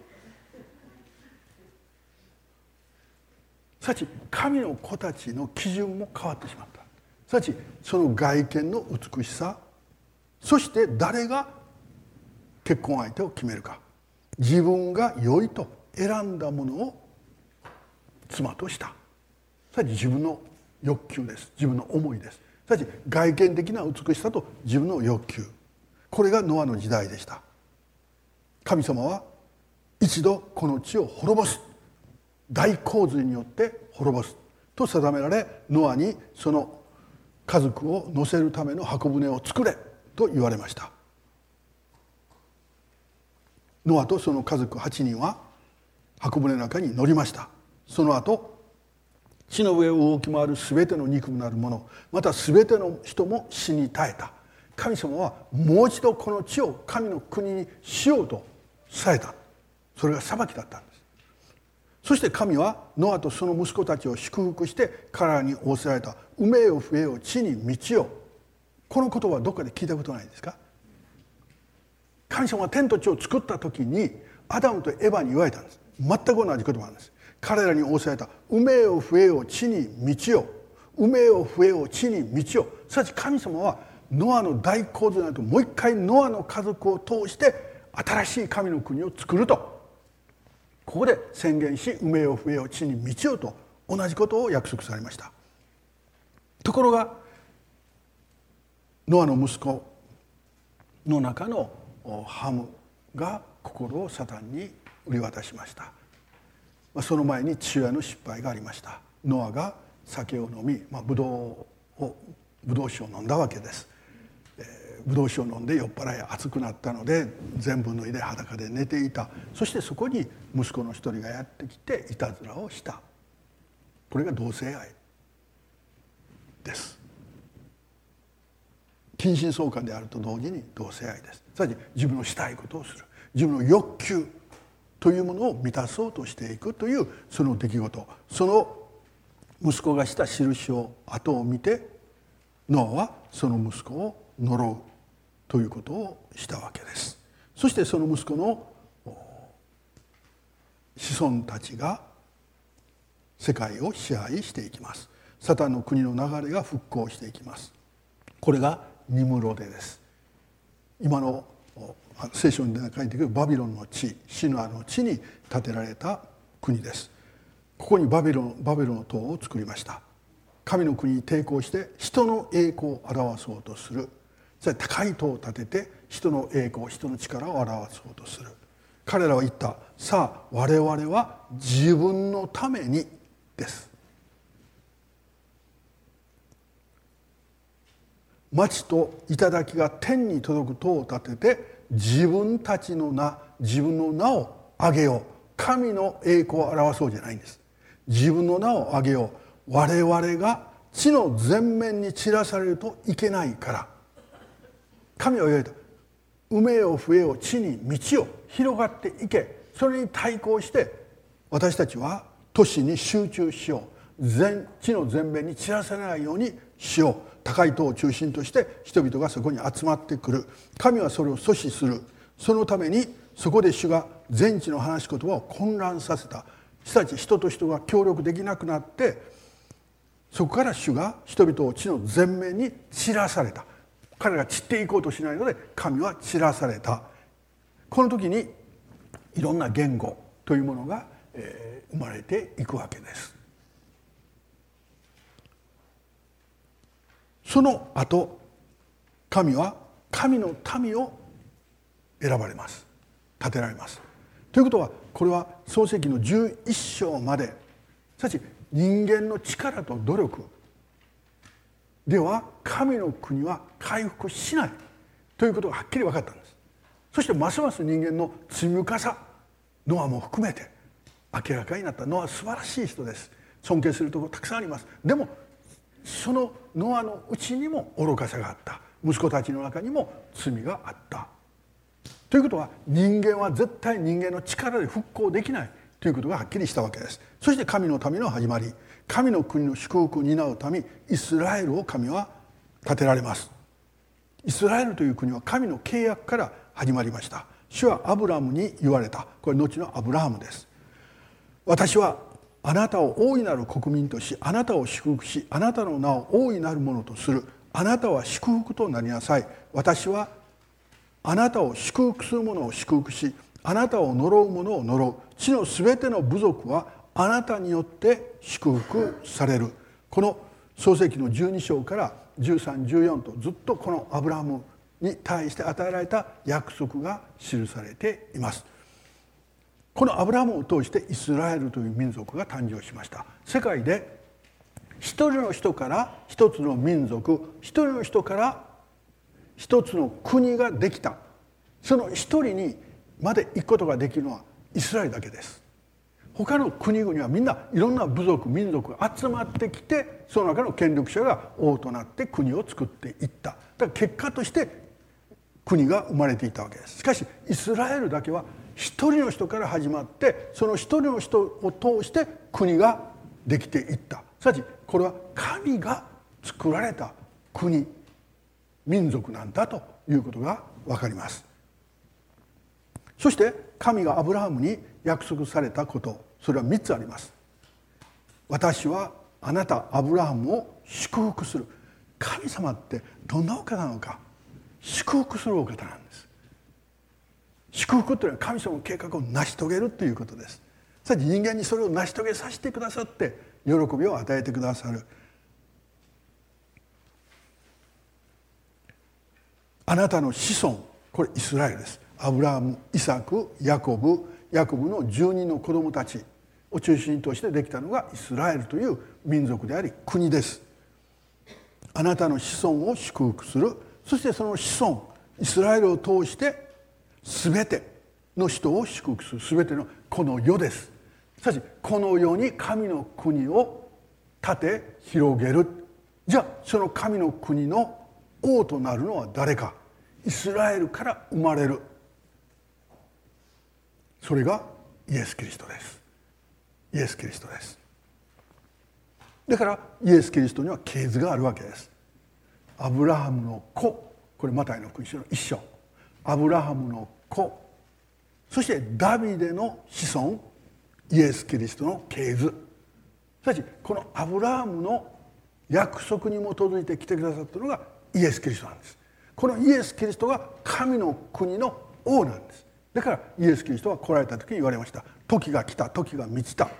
すなわち神の子たちの基準も変わってしまった。すなわちその外見の美しさ、そして誰が結婚相手を決めるか、自分が良いと選んだものを妻とした。すなわち自分の欲求です。自分の思いです。すなわち外見的な美しさと自分の欲求、これがノアの時代でした。神様は一度この地を滅ぼす、大洪水によって滅ぼすと定められ、ノアにその家族を乗せるための箱舟を作れと言われました。ノアとその家族はちにんは箱舟の中に乗りました。その後地の上を動き回るすべての肉なるもの、またすべての人も死に絶えた。神様はもう一度この地を神の国にしようとされた。それが裁きだったんです。そして神はノアとその息子たちを祝福して彼らに仰せられた。埋めよ増えよ地に満ちよ。この言葉はどっかで聞いたことないですか？神様は天と地を作った時にアダムとエヴァに言われたんです。全く同じ言葉なんです。彼らに仰せられた。埋めよ増えよ地に満ちよ。埋めよ増えよ地に満ちよ。すなわち神様はノアの大洪水の後、もう一回ノアの家族を通して新しい神の国を作るとここで宣言し、埋めよ増えよ地に満ちよと同じことを約束されました。ところがノアの息子の中のハムが心をサタンに売り渡しました。その前に父親の失敗がありました。ノアが酒を飲み、まあ、ブドウをブドウ酒を飲んだわけです。ブドウ酒を飲んで酔っ払い熱くなったので全部脱いで裸で寝ていた。そしてそこに息子の一人がやってきていたずらをした。これが同性愛です。近親相関であると同時に同性愛です。つまり自分のしたいことをする、自分の欲求というものを満たそうとしていくというその出来事、その息子がした印を後を見てノアはその息子を呪うということをしたわけです。そしてその息子の子孫たちが世界を支配していきます。サタンの国の流れが復興していきます。これがニムロデです。今の聖書に書いてくるバビロンの地、シヌアの地に建てられた国です。ここにバビロン、バビロンの塔を作りました。神の国に抵抗して人の栄光を表そうとする。高い塔を建てて人の栄光、人の力を表そうとする。彼らは言った。さあ我々は自分のためにです。町と頂が天に届く塔を建てて自分たちの名、自分の名を挙げよう。神の栄光を表そうじゃないんです。 自分の名を挙げよう。我々が地の全面に散らされるといけないから。神は言われた。埋めよ増えよ地に道を広がっていけ。それに対抗して私たちは都市に集中しよう。全地の全面に散らされないようにしよう。高い塔を中心として人々がそこに集まってくる。神はそれを阻止する。そのためにそこで主が全地の話し言葉を混乱させた。人たち人と人が協力できなくなって、そこから主が人々を地の全面に散らされた。彼が散っていこうとしないので神は散らされた。この時にいろんな言語というものが、えー、生まれていくわけです。その後神は神の民を選ばれます。立てられます。ということはこれは創世記のじゅういっ章まで、しかし人間の力と努力では神の国は回復しないということがはっきり分かったんです。そしてますます人間の罪深さ、ノアも含めて明らかになった。ノアは素晴らしい人です。尊敬するところたくさんあります。でもそのノアのうちにも愚かさがあった。息子たちの中にも罪があった。ということは人間は絶対人間の力で復興できないということがはっきりしたわけです。そして神の民の始まり、神の国の祝福を担う民イスラエルを神は立てられます。イスラエルという国は神の契約から始まりました。主はアブラムに言われた。これ後のアブラハムです。私はあなたを大いなる国民とし、あなたを祝福し、あなたの名を大いなるものとする。あなたは祝福となりなさい。私はあなたを祝福する者を祝福し、あなたを呪う者を呪う。地のすべての部族はあなたによって祝福される。この創世記のじゅうに章からじゅうさん、じゅうよんとずっとこのアブラハムに対して与えられた約束が記されています。このアブラハムを通してイスラエルという民族が誕生しました。世界で一人の人から一つの民族、一人の人から一つの国ができた。その一人にまで行くことができるのはイスラエルだけです。他の国々はみんないろんな部族民族が集まってきて、その中の権力者が王となって国を作っていった。だから結果として国が生まれていたわけです。しかしイスラエルだけは一人の人から始まって、その一人の人を通して国ができていった。すなわちこれは神が作られた国民族なんだということが分かります。そして神がアブラハムに約束されたこと、それはみっつあります。私はあなたアブラハムを祝福する。神様ってどんなお方なのか。祝福するお方なんです。祝福というのは神様の計画を成し遂げるということです。さて人間にそれを成し遂げさせてくださって喜びを与えてくださる。あなたの子孫、これイスラエルです。アブラハム、イサク、ヤコブ、ヤコブのじゅうにんの子供たちを中心としてできたのがイスラエルという民族であり国です。あなたの子孫を祝福する。そしてその子孫イスラエルを通して全ての人を祝福する。全てのこの世です。しかしこの世に神の国を立て広げる。じゃあその神の国の王となるのは誰か。イスラエルから生まれる。それがイエス・キリストです。イエス・キリストです。だからイエス・キリストには系図があるわけです。アブラハムの子、これマタイの福音書の一章。アブラハムの子、そしてダビデの子孫、イエス・キリストの系図。しかしこのアブラハムの約束に基づいて来てくださったのがイエス・キリストなんです。このイエス・キリストが神の国の王なんです。だからイエス・キリストは来られた時に言われました。時が来た、時が満ちた。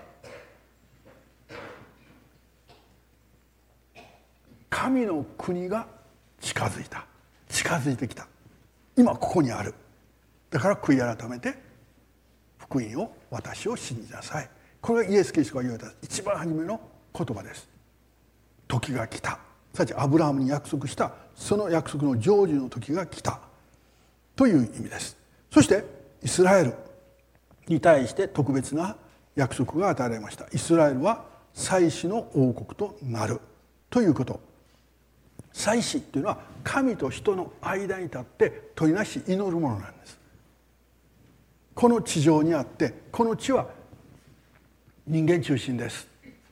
神の国が近づいた。近づいてきた。今ここにある。だから悔い改めて福音を私を信じなさい。これがイエス・キリストが言われた一番初めの言葉です。時が来た。すなわちアブラハムに約束したその約束の成就の時が来たという意味です。そしてイスラエルに対して特別な約束が与えられました。イスラエルは祭司の王国となるということ。祭司っていうのは神と人の間に立って取りなし祈るものなんです。この地上にあって、この地は人間中心です。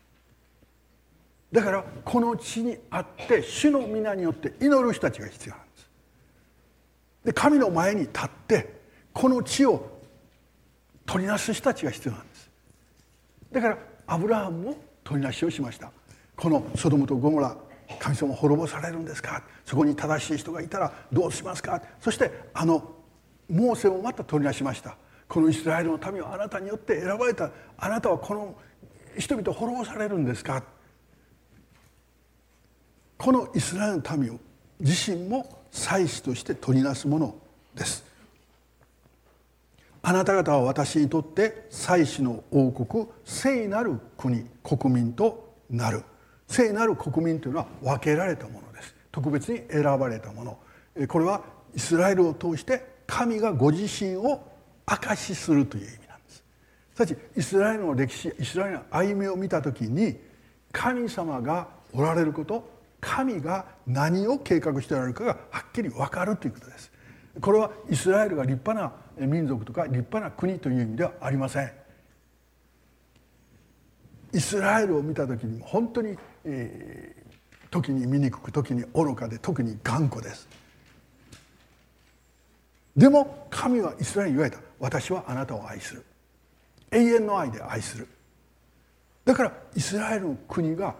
だからこの地にあって主の皆によって祈る人たちが必要なんです。で、神の前に立ってこの地を取りなす人たちが必要なんです。だからアブラハムも取りなしをしました。このソドムとゴモラ、神様滅ぼされるんですか、そこに正しい人がいたらどうしますか。そしてあのモーセもまた取りなしました。このイスラエルの民はあなたによって選ばれた、あなたはこの人々を滅ぼされるんですか。このイスラエルの民を自身も祭司として取りなすものです。あなた方は私にとって祭司の王国、聖なる国、国民となる。聖なる国民というのは分けられたものです。特別に選ばれたもの。これはイスラエルを通して神がご自身を証しするという意味なんです。すなわちイスラエルの歴史、イスラエルの歩みを見たときに、神様がおられること、神が何を計画しておられるかがはっきり分かるということです。これはイスラエルが立派な民族とか立派な国という意味ではありません。イスラエルを見た時に本当に、えー、時に醜く、時に愚かで、特に頑固です。でも神はイスラエルに言われた。私はあなたを愛する。永遠の愛で愛する。だからイスラエルの国が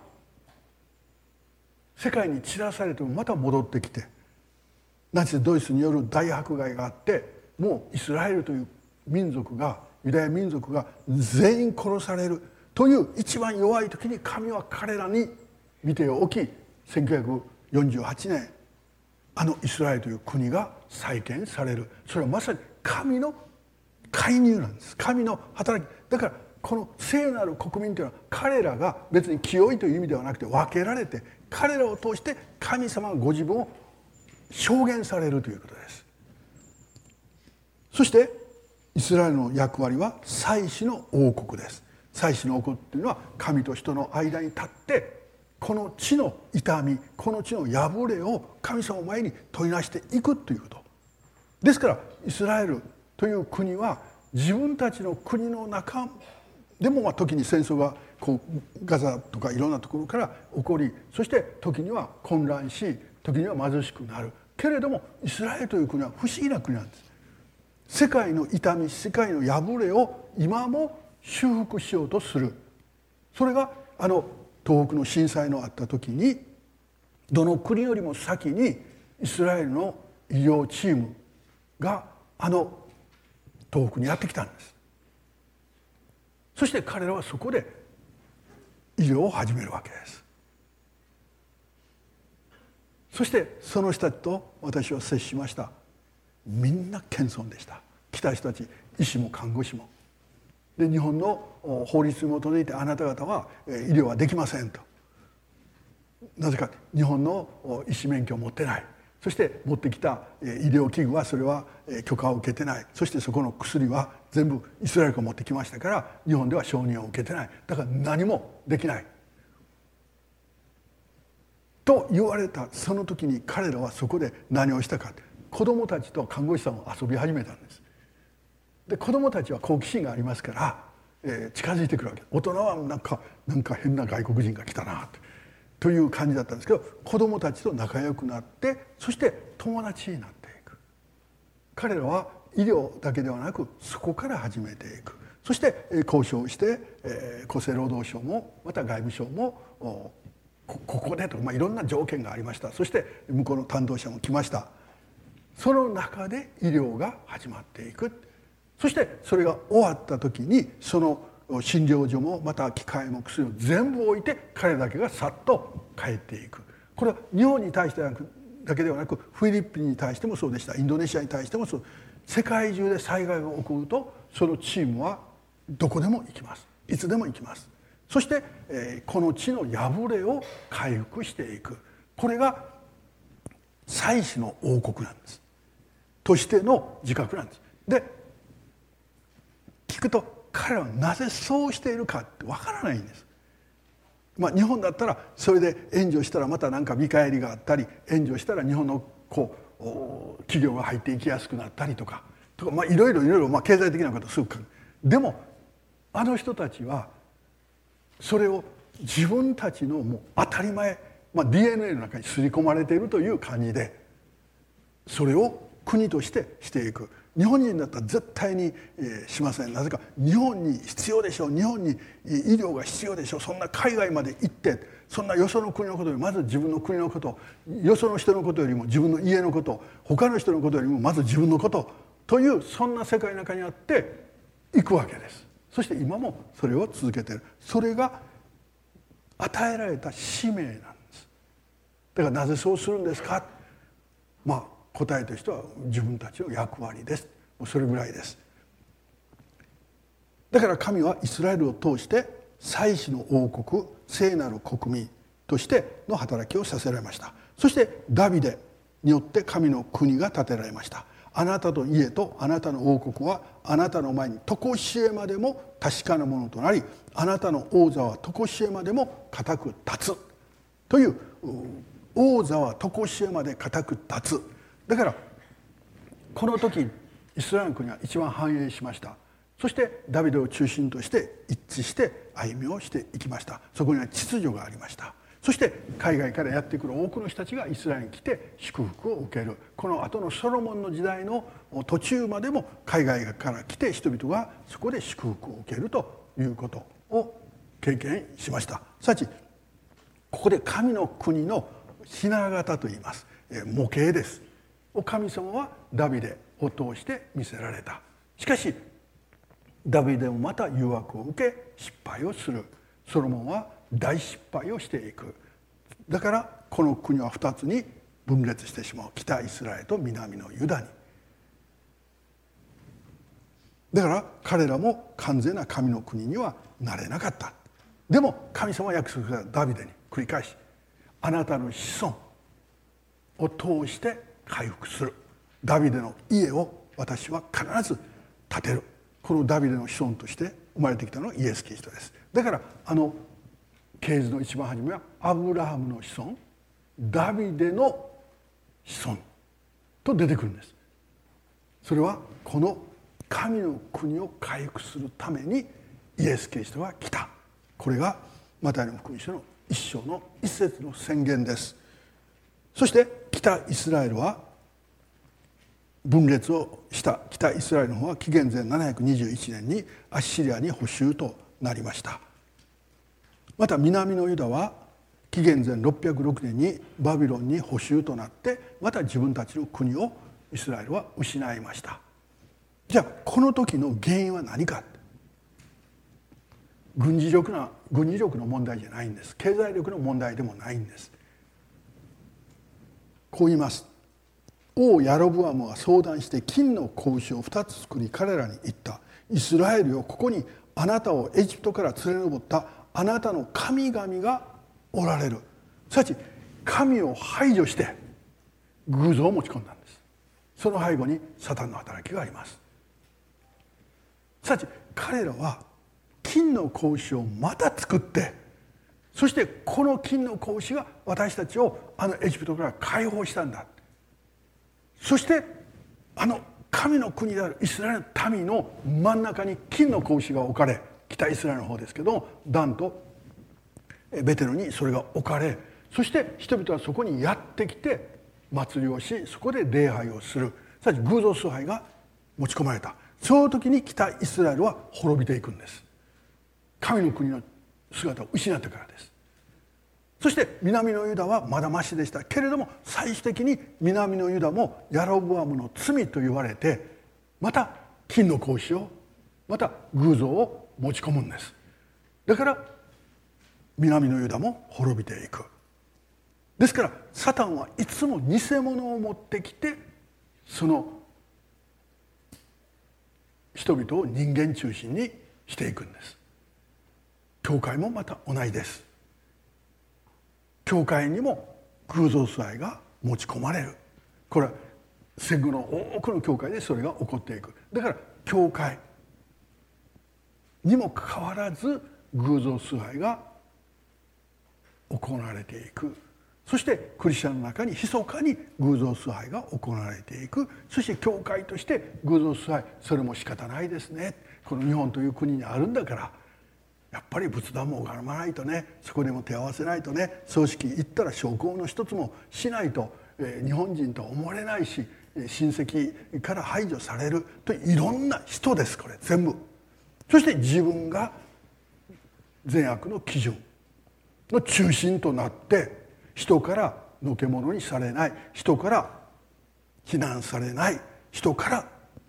世界に散らされてもまた戻ってきて、ナチスドイツによる大迫害があって、もうイスラエルという民族が、ユダヤ民族が全員殺されるという一番弱い時に、神は彼らに見ておき、せんきゅうひゃくよんじゅうはちねんあのイスラエルという国が再建される。それはまさに神の介入なんです。神の働きだから、この聖なる国民というのは彼らが別に清いという意味ではなくて分けられて、彼らを通して神様がご自分を証言されるということです。そしてイスラエルの役割は祭司の王国です。祭司の王国というのは神と人の間に立って、この地の痛み、この地の破れを神様の前に取りなしていくということ。ですからイスラエルという国は自分たちの国の中でも、まあ時に戦争がこうガザとかいろんなところから起こり、そして時には混乱し、時には貧しくなるけれども、イスラエルという国は不思議な国なんです。世界の痛み、世界の破れを今も修復しようとする。それがあの東北の震災のあった時に、どの国よりも先にイスラエルの医療チームがあの東北にやってきたんです。そして彼らはそこで医療を始めるわけです。そしてその人たちと私は接しました。みんな謙遜でした。来た人たち、医師も看護師も。で、日本の法律に基づいてあなた方は医療はできませんと。なぜか日本の医師免許を持ってない。そして持ってきた医療器具はそれは許可を受けてない。そしてそこの薬は全部イスラエルが持ってきましたから、日本では承認を受けてない。だから何もできないと言われたその時に、彼らはそこで何をしたか。子どもたちと看護師さんを遊び始めたんです。で、子どもたちは好奇心がありますから、えー、近づいてくるわけ。大人はなんかなんか変な外国人が来たなという感じだったんですけど、子どもたちと仲良くなって、そして友達になっていく。彼らは医療だけではなくそこから始めていく。そして交渉して、えー、厚生労働省もまた外務省もここでと、まあ、いろんな条件がありました。そして向こうの担当者も来ました。その中で医療が始まっていく。そしてそれが終わった時に、その診療所もまた機械も薬も全部置いて、彼だけがさっと帰っていく。これは日本に対してだけではなく、フィリピンに対してもそうでした。インドネシアに対してもそう。世界中で災害が起こると、そのチームはどこでも行きます。いつでも行きます。そして、えー、この地の破れを回復していく。これが祭司の王国なんです。としての自覚なんです。で、聞くと彼らはなぜそうしているかってわからないんです。まあ、日本だったらそれで援助したらまた何か見返りがあったり、援助したら日本のこう企業が入っていきやすくなったりとかとか、まあ、いろいろいろいろまあ経済的なことすぐ考える。でもあの人たちはそれを自分たちのもう当たり前、まあ、ディーエヌエー の中に刷り込まれているという感じでそれを国としてしていく。日本人だったら絶対にしません。なぜか日本に必要でしょう、日本に医療が必要でしょう、そんな海外まで行ってそんなよその国のことよりまず自分の国のこと、よその人のことよりも自分の家のこと、他の人のことよりもまず自分のことというそんな世界の中にあっていくわけです。そして今もそれを続けている。それが与えられた使命なんです。だからなぜそうするんですか。まあ答えとしては自分たちの役割です。もうそれぐらいです。だから神はイスラエルを通して祭司の王国、聖なる国民としての働きをさせられました。そしてダビデによって神の国が建てられました。あなたの家とあなたの王国はあなたの前に常しえまでも確かなものとなり、あなたの王座は常しえまでも固く立つという、王座は常しえまで固く立つ。だからこの時イスラエルの国は一番繁栄しました。そしてダビデを中心として一致して歩みをしていきました。そこには秩序がありました。そして海外からやってくる多くの人たちがイスラエルに来て祝福を受ける。この後のソロモンの時代の途中までも海外から来て人々がそこで祝福を受けるということを経験しました。すなわちここで神の国のひな形といいます、模型です。神様はダビデを通して見せられた。しかしダビデもまた誘惑を受け失敗をする。ソロモンは大失敗をしていく。だからこの国は二つに分裂してしまう。北イスラエルと南のユダに。だから彼らも完全な神の国にはなれなかった。でも神様は約束したダビデに繰り返し、あなたの子孫を通して回復する。ダビデの家を私は必ず建てる。このダビデの子孫として生まれてきたのはイエス・キリストです。だからあの系図の一番初めはアブラハムの子孫、ダビデの子孫と出てくるんです。それはこの神の国を回復するためにイエス・キリストが来た。これがマタイの福音書の一章の一節の宣言です。そして北イスラエルは分裂をした北イスラエルの方は紀元前ななひゃくにじゅういちねんにアッシリアに捕囚となりました。また南のユダは紀元前ろっぴゃくろくねんにバビロンに捕囚となってまた自分たちの国をイスラエルは失いました。じゃあこの時の原因は何か。軍事力な軍事力の問題じゃないんです。経済力の問題でもないんです。こう言います。王ヤロブアムは相談して金の格子を二つ作り彼らに言った。イスラエルよ、ここにあなたをエジプトから連れ上ったあなたの神々がおられる。すなわち神を排除して偶像を持ち込んだんです。その背後にサタンの働きがあります。すなわち彼らは金の格子をまた作って、そしてこの金の格子が私たちをあのエジプトから解放したんだ。そしてあの神の国であるイスラエルの民の真ん中に金の格子が置かれ、北イスラエルの方ですけどダンとベテルにそれが置かれ、そして人々はそこにやってきて祭りをし、そこで礼拝をする。すなわち偶像崇拝が持ち込まれた。その時に北イスラエルは滅びていくんです。神の国の姿を失ってからです。そして南のユダはまだマシでしたけれども、最終的に南のユダもヤロブアムの罪と言われてまた金の格子をまた偶像を持ち込むんです。だから南のユダも滅びていく。ですからサタンはいつも偽物を持ってきてその人々を人間中心にしていくんです。教会もまた同じです。教会にも偶像崇拝が持ち込まれる。これは戦後の多くの教会でそれが起こっていく。だから教会にもかかわらず偶像崇拝が行われていく。そしてクリスチャンの中に密かに偶像崇拝が行われていく。そして教会として偶像崇拝、それも仕方ないですね、この日本という国にあるんだからやっぱり仏壇も拝まないとね、そこでも手合わせないとね、葬式行ったら焼香の一つもしないと、えー、日本人と思われないし、親戚から排除されると、いろんな人です、これ全部。そして自分が善悪の基準の中心となって、人からのけ者にされない、人から非難されない、人から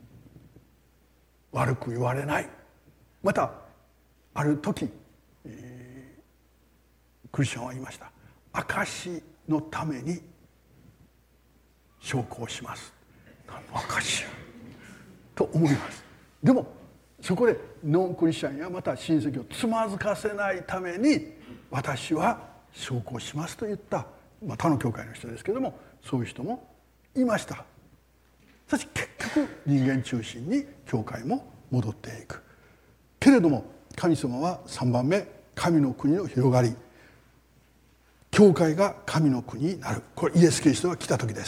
悪く言われない。またある時、えー、クリスチャンは言いました。証のために焼香します。何の証と思います。でもそこでノンクリスチャンやまた親戚をつまずかせないために私は焼香しますと言った、まあ、他の教会の人ですけれども、そういう人もいました。しかし結局人間中心に教会も戻っていく。けれども神様はさんばんめ、神の国の広がり、教会が神の国になる。これイエス・キリストが来た時です。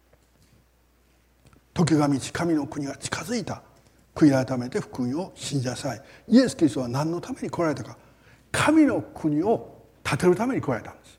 時が満ち神の国が近づいた。悔い改めて福音を信じなさい。イエス・キリストは何のために来られたか。神の国を建てるために来られたんです。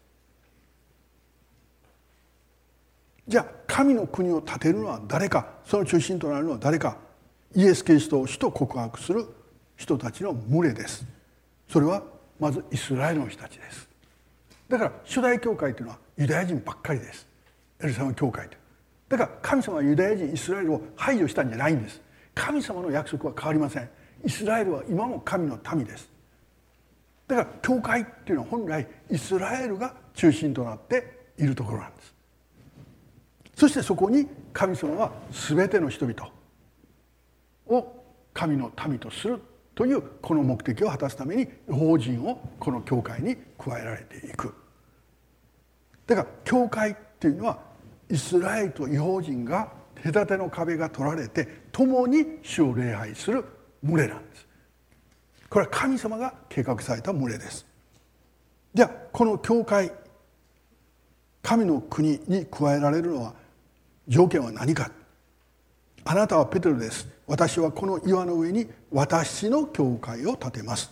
じゃあ神の国を建てるのは誰か、その中心となるのは誰か。イエス・キリストを主と告白する人たちの群れです。それはまずイスラエルの人たちです。だから初代教会というのはユダヤ人ばっかりです。エルサレム教会という。だから神様はユダヤ人イスラエルを排除したんじゃないんです。神様の約束は変わりません。イスラエルは今も神の民です。だから教会っていうのは本来イスラエルが中心となっているところなんです。そしてそこに神様は全ての人々を神の民とするというこの目的を果たすために法人をこの教会に加えられていく。だから教会っていうのはイスラエルと異邦人が隔ての壁が取られて共に主を礼拝する群れなんです。これは神様が計画された群れです。じゃあこの教会、神の国に加えられるのは条件は何か。あなたはペテロです。私はこの岩の上に私の教会を建てます。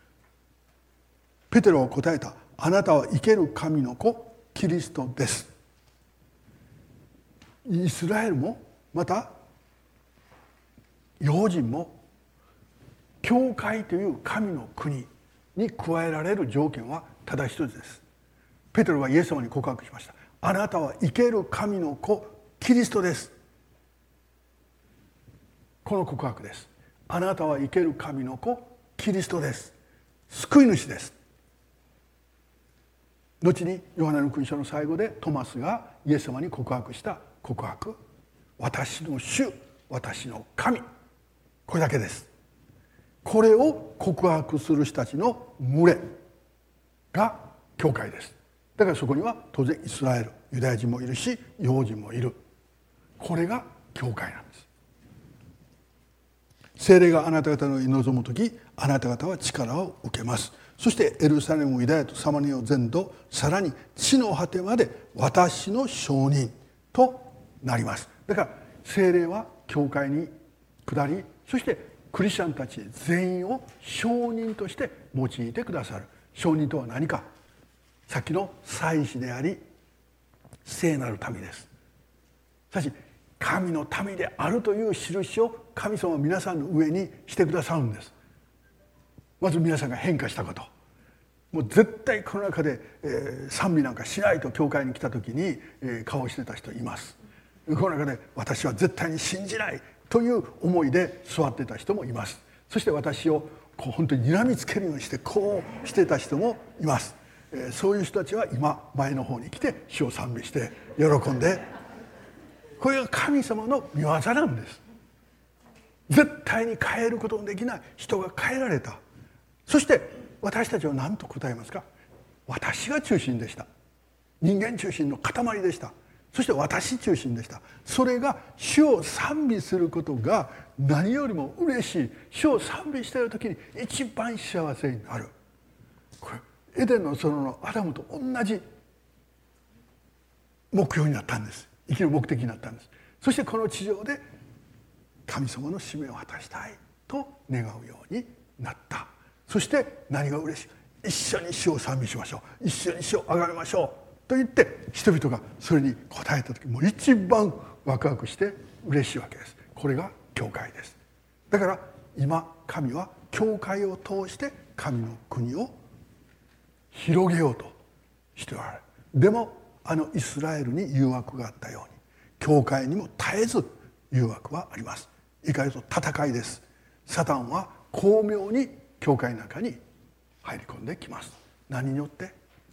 ペテロは答えた。あなたは生ける神の子キリストです。イスラエルもまた異邦人も教会という神の国に加えられる条件はただ一つです。ペテロはイエス様に告白しました。あなたは生ける神の子キリストです。この告白です。あなたは生ける神の子キリストです。救い主です。後にヨハネの福音書の最後でトマスがイエス様に告白した告白、私の主、私の神、これだけです。これを告白する人たちの群れが教会です。だからそこには当然イスラエル、ユダヤ人もいるし異邦人もいる。これが教会なんです。聖霊があなた方のに臨む時、あなた方は力を受けます。そしてエルサレム、ユダヤとサマリア全土、さらに地の果てまで私の証人となります。だから聖霊は教会に下り、そしてクリスチャンたち全員を証人として用いてくださる。証人とは何か。さっきの祭司であり聖なる民です。しかし神の民であるという印を神様は皆さんの上にしてくださるんです。まず皆さんが変化したこと、もう絶対この中で、えー、賛美なんかしないと教会に来た時に、えー、顔をしてた人います。この中で私は絶対に信じないという思いで座ってた人もいます。そして私をこう本当に睨みつけるようにしてこうしてた人もいます。えー、そういう人たちは今前の方に来て主を賛美して喜んで、これが神様の御業なんです。絶対に変えることのできない人が変えられた。そして私たちは何と答えますか。私が中心でした。人間中心の塊でした。 そして私中心でした。それが主を賛美することが何よりも嬉しい。主を賛美している時に一番幸せになる。これエデンの園のアダムと同じ目標になったんです。生きる目的になったんです。そしてこの地上で神様の使命を果たしたいと願うようになった。そして何が嬉しい、一緒に主を賛美しましょう、一緒に主を崇めましょうと言って人々がそれに応えた時もう一番ワクワクして嬉しいわけです。これが教会です。だから今神は教会を通して神の国を広げようとしておられる。でもあのイスラエルに誘惑があったように教会にも絶えず誘惑はあります。いかにと戦いです。サタンは巧妙に教会の中に入り込んできます。何によって？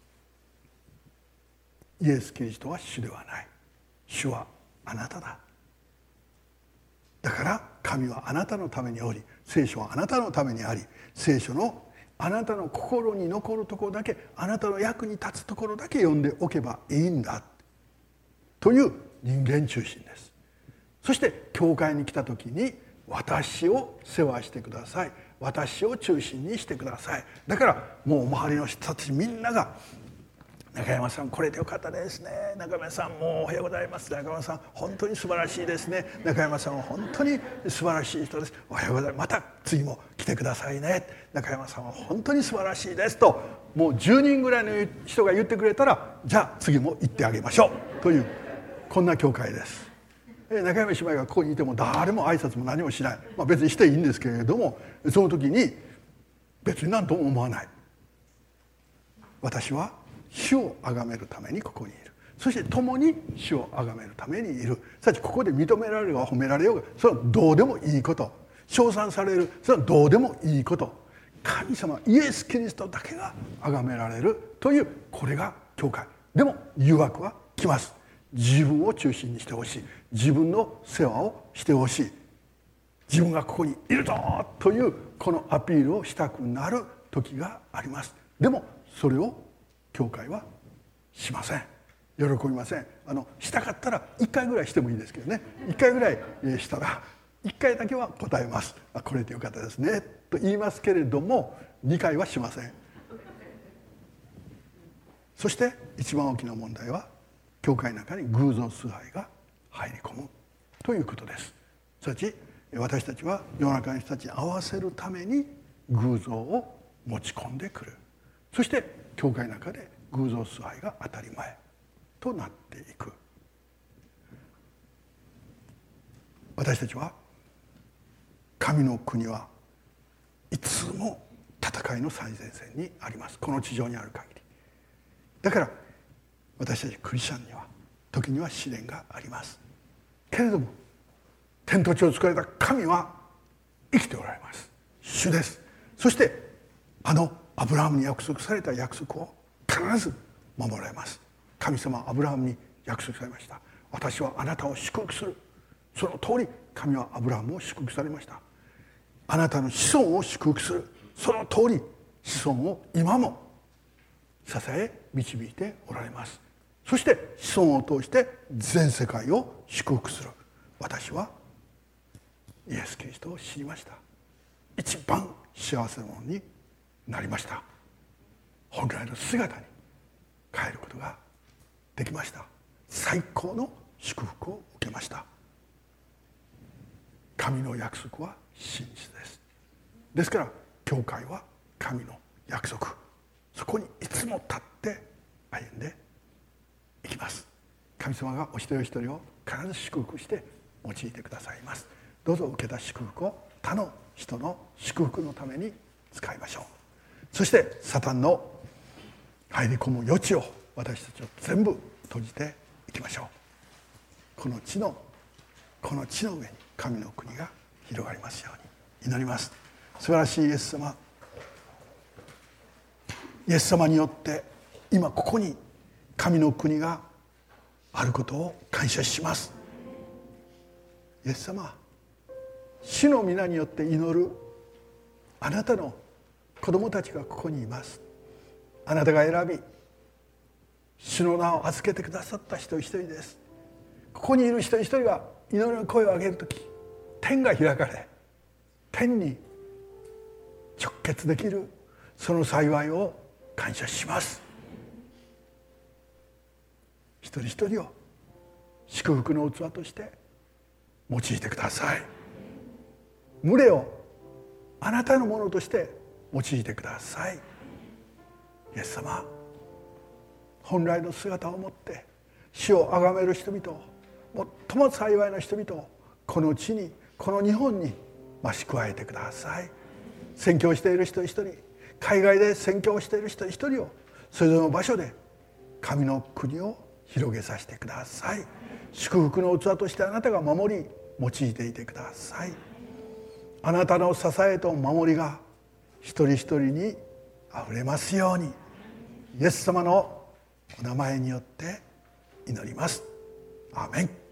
イエス・キリストは主ではない。主はあなただ。だから神はあなたのためにおり、聖書はあなたのためにあり、聖書のあなたの心に残るところだけ、あなたの役に立つところだけ読んでおけばいいんだという人間中心です。そして教会に来た時に私を世話してください、私を中心にしてください。だからもう周りの人たちみんなが中山さんこれでよかったですね、中山さんもうおはようございます、中山さん本当に素晴らしいですね、中山さんは本当に素晴らしい人です、おはようございます、また次も来てくださいね、中山さんは本当に素晴らしいですと、もうじゅうにんぐらいの人が言ってくれたらじゃあ次も行ってあげましょうというこんな教会です。中山姉妹がここにいても誰も挨拶も何もしない、まあ、別にしていいんですけれども、その時に別に何とも思わない。私は主を崇めるためにここにいる。そして共に主を崇めるためにいる。さてここで認められるが褒められようがそれはどうでもいいこと、称賛されるそれはどうでもいいこと、神様イエス・キリストだけが崇められるという、これが教会。でも誘惑は来ます。自分を中心にしてほしい、自分の世話をしてほしい、自分がここにいるぞというこのアピールをしたくなる時があります。でもそれを教会はしません。喜びません。あのしたかったらいっかいぐらいしてもいいですけどね、いっかいぐらいしたらいっかいだけは答えます。あ、これでよかったですねと言いますけれどもにかいはしません。そして一番大きな問題は教会の中に偶像崇拝が入り込むということです。すなわち私たちは世の中の人たちに合わせるために偶像を持ち込んでくる。そして教会の中で偶像崇拝が当たり前となっていく。私たちは神の国はいつも戦いの最前線にあります。この地上にある限り。だから私たちクリスチャンには時には試練がありますけれども、天と地を作られた神は生きておられます。主です。そしてあのアブラハムに約束された約束を必ず守られます。神様はアブラハムに約束されました。私はあなたを祝福する。その通り神はアブラハムを祝福されました。あなたの子孫を祝福する。その通り子孫を今も支え導いておられます。そして子孫を通して全世界を祝福する。私はイエス・キリストを知りました。一番幸せなものになりました。本来の姿に変えることができました。最高の祝福を受けました。神の約束は真実です。ですから教会は神の約束、そこにいつも立って歩んでいきます。神様がお一人お一人を必ず祝福して用いてくださいます。どうぞ受けた祝福を他の人の祝福のために使いましょう。そしてサタンの入り込む余地を私たちを全部閉じていきましょう。この地のこの地の上に神の国が広がりますように祈ります。素晴らしいイエス様、イエス様によって今ここに神の国があることを感謝します。イエス様、主の皆によって祈るあなたの子供たちがここにいます。あなたが選び主の名を預けてくださった一人一人です。 こにいる一人一人が祈りの声を上げるとき、天が開かれ、天に直結できるその幸いを感謝します。一人一人を祝福の器として用いてください。群れをあなたのものとして用いてください。イエス様、本来の姿を持って死をあがめる人々を、最も幸いな人々をこの地に、この日本に増し加えてください。宣教している人一人、海外で宣教している人一人をそれぞれの場所で神の国を広げさせてください。祝福の器としてあなたが守り用いていてください。あなたの支えと守りが一人一人にあふれますように、イエス様のお名前によって祈ります。アーメン。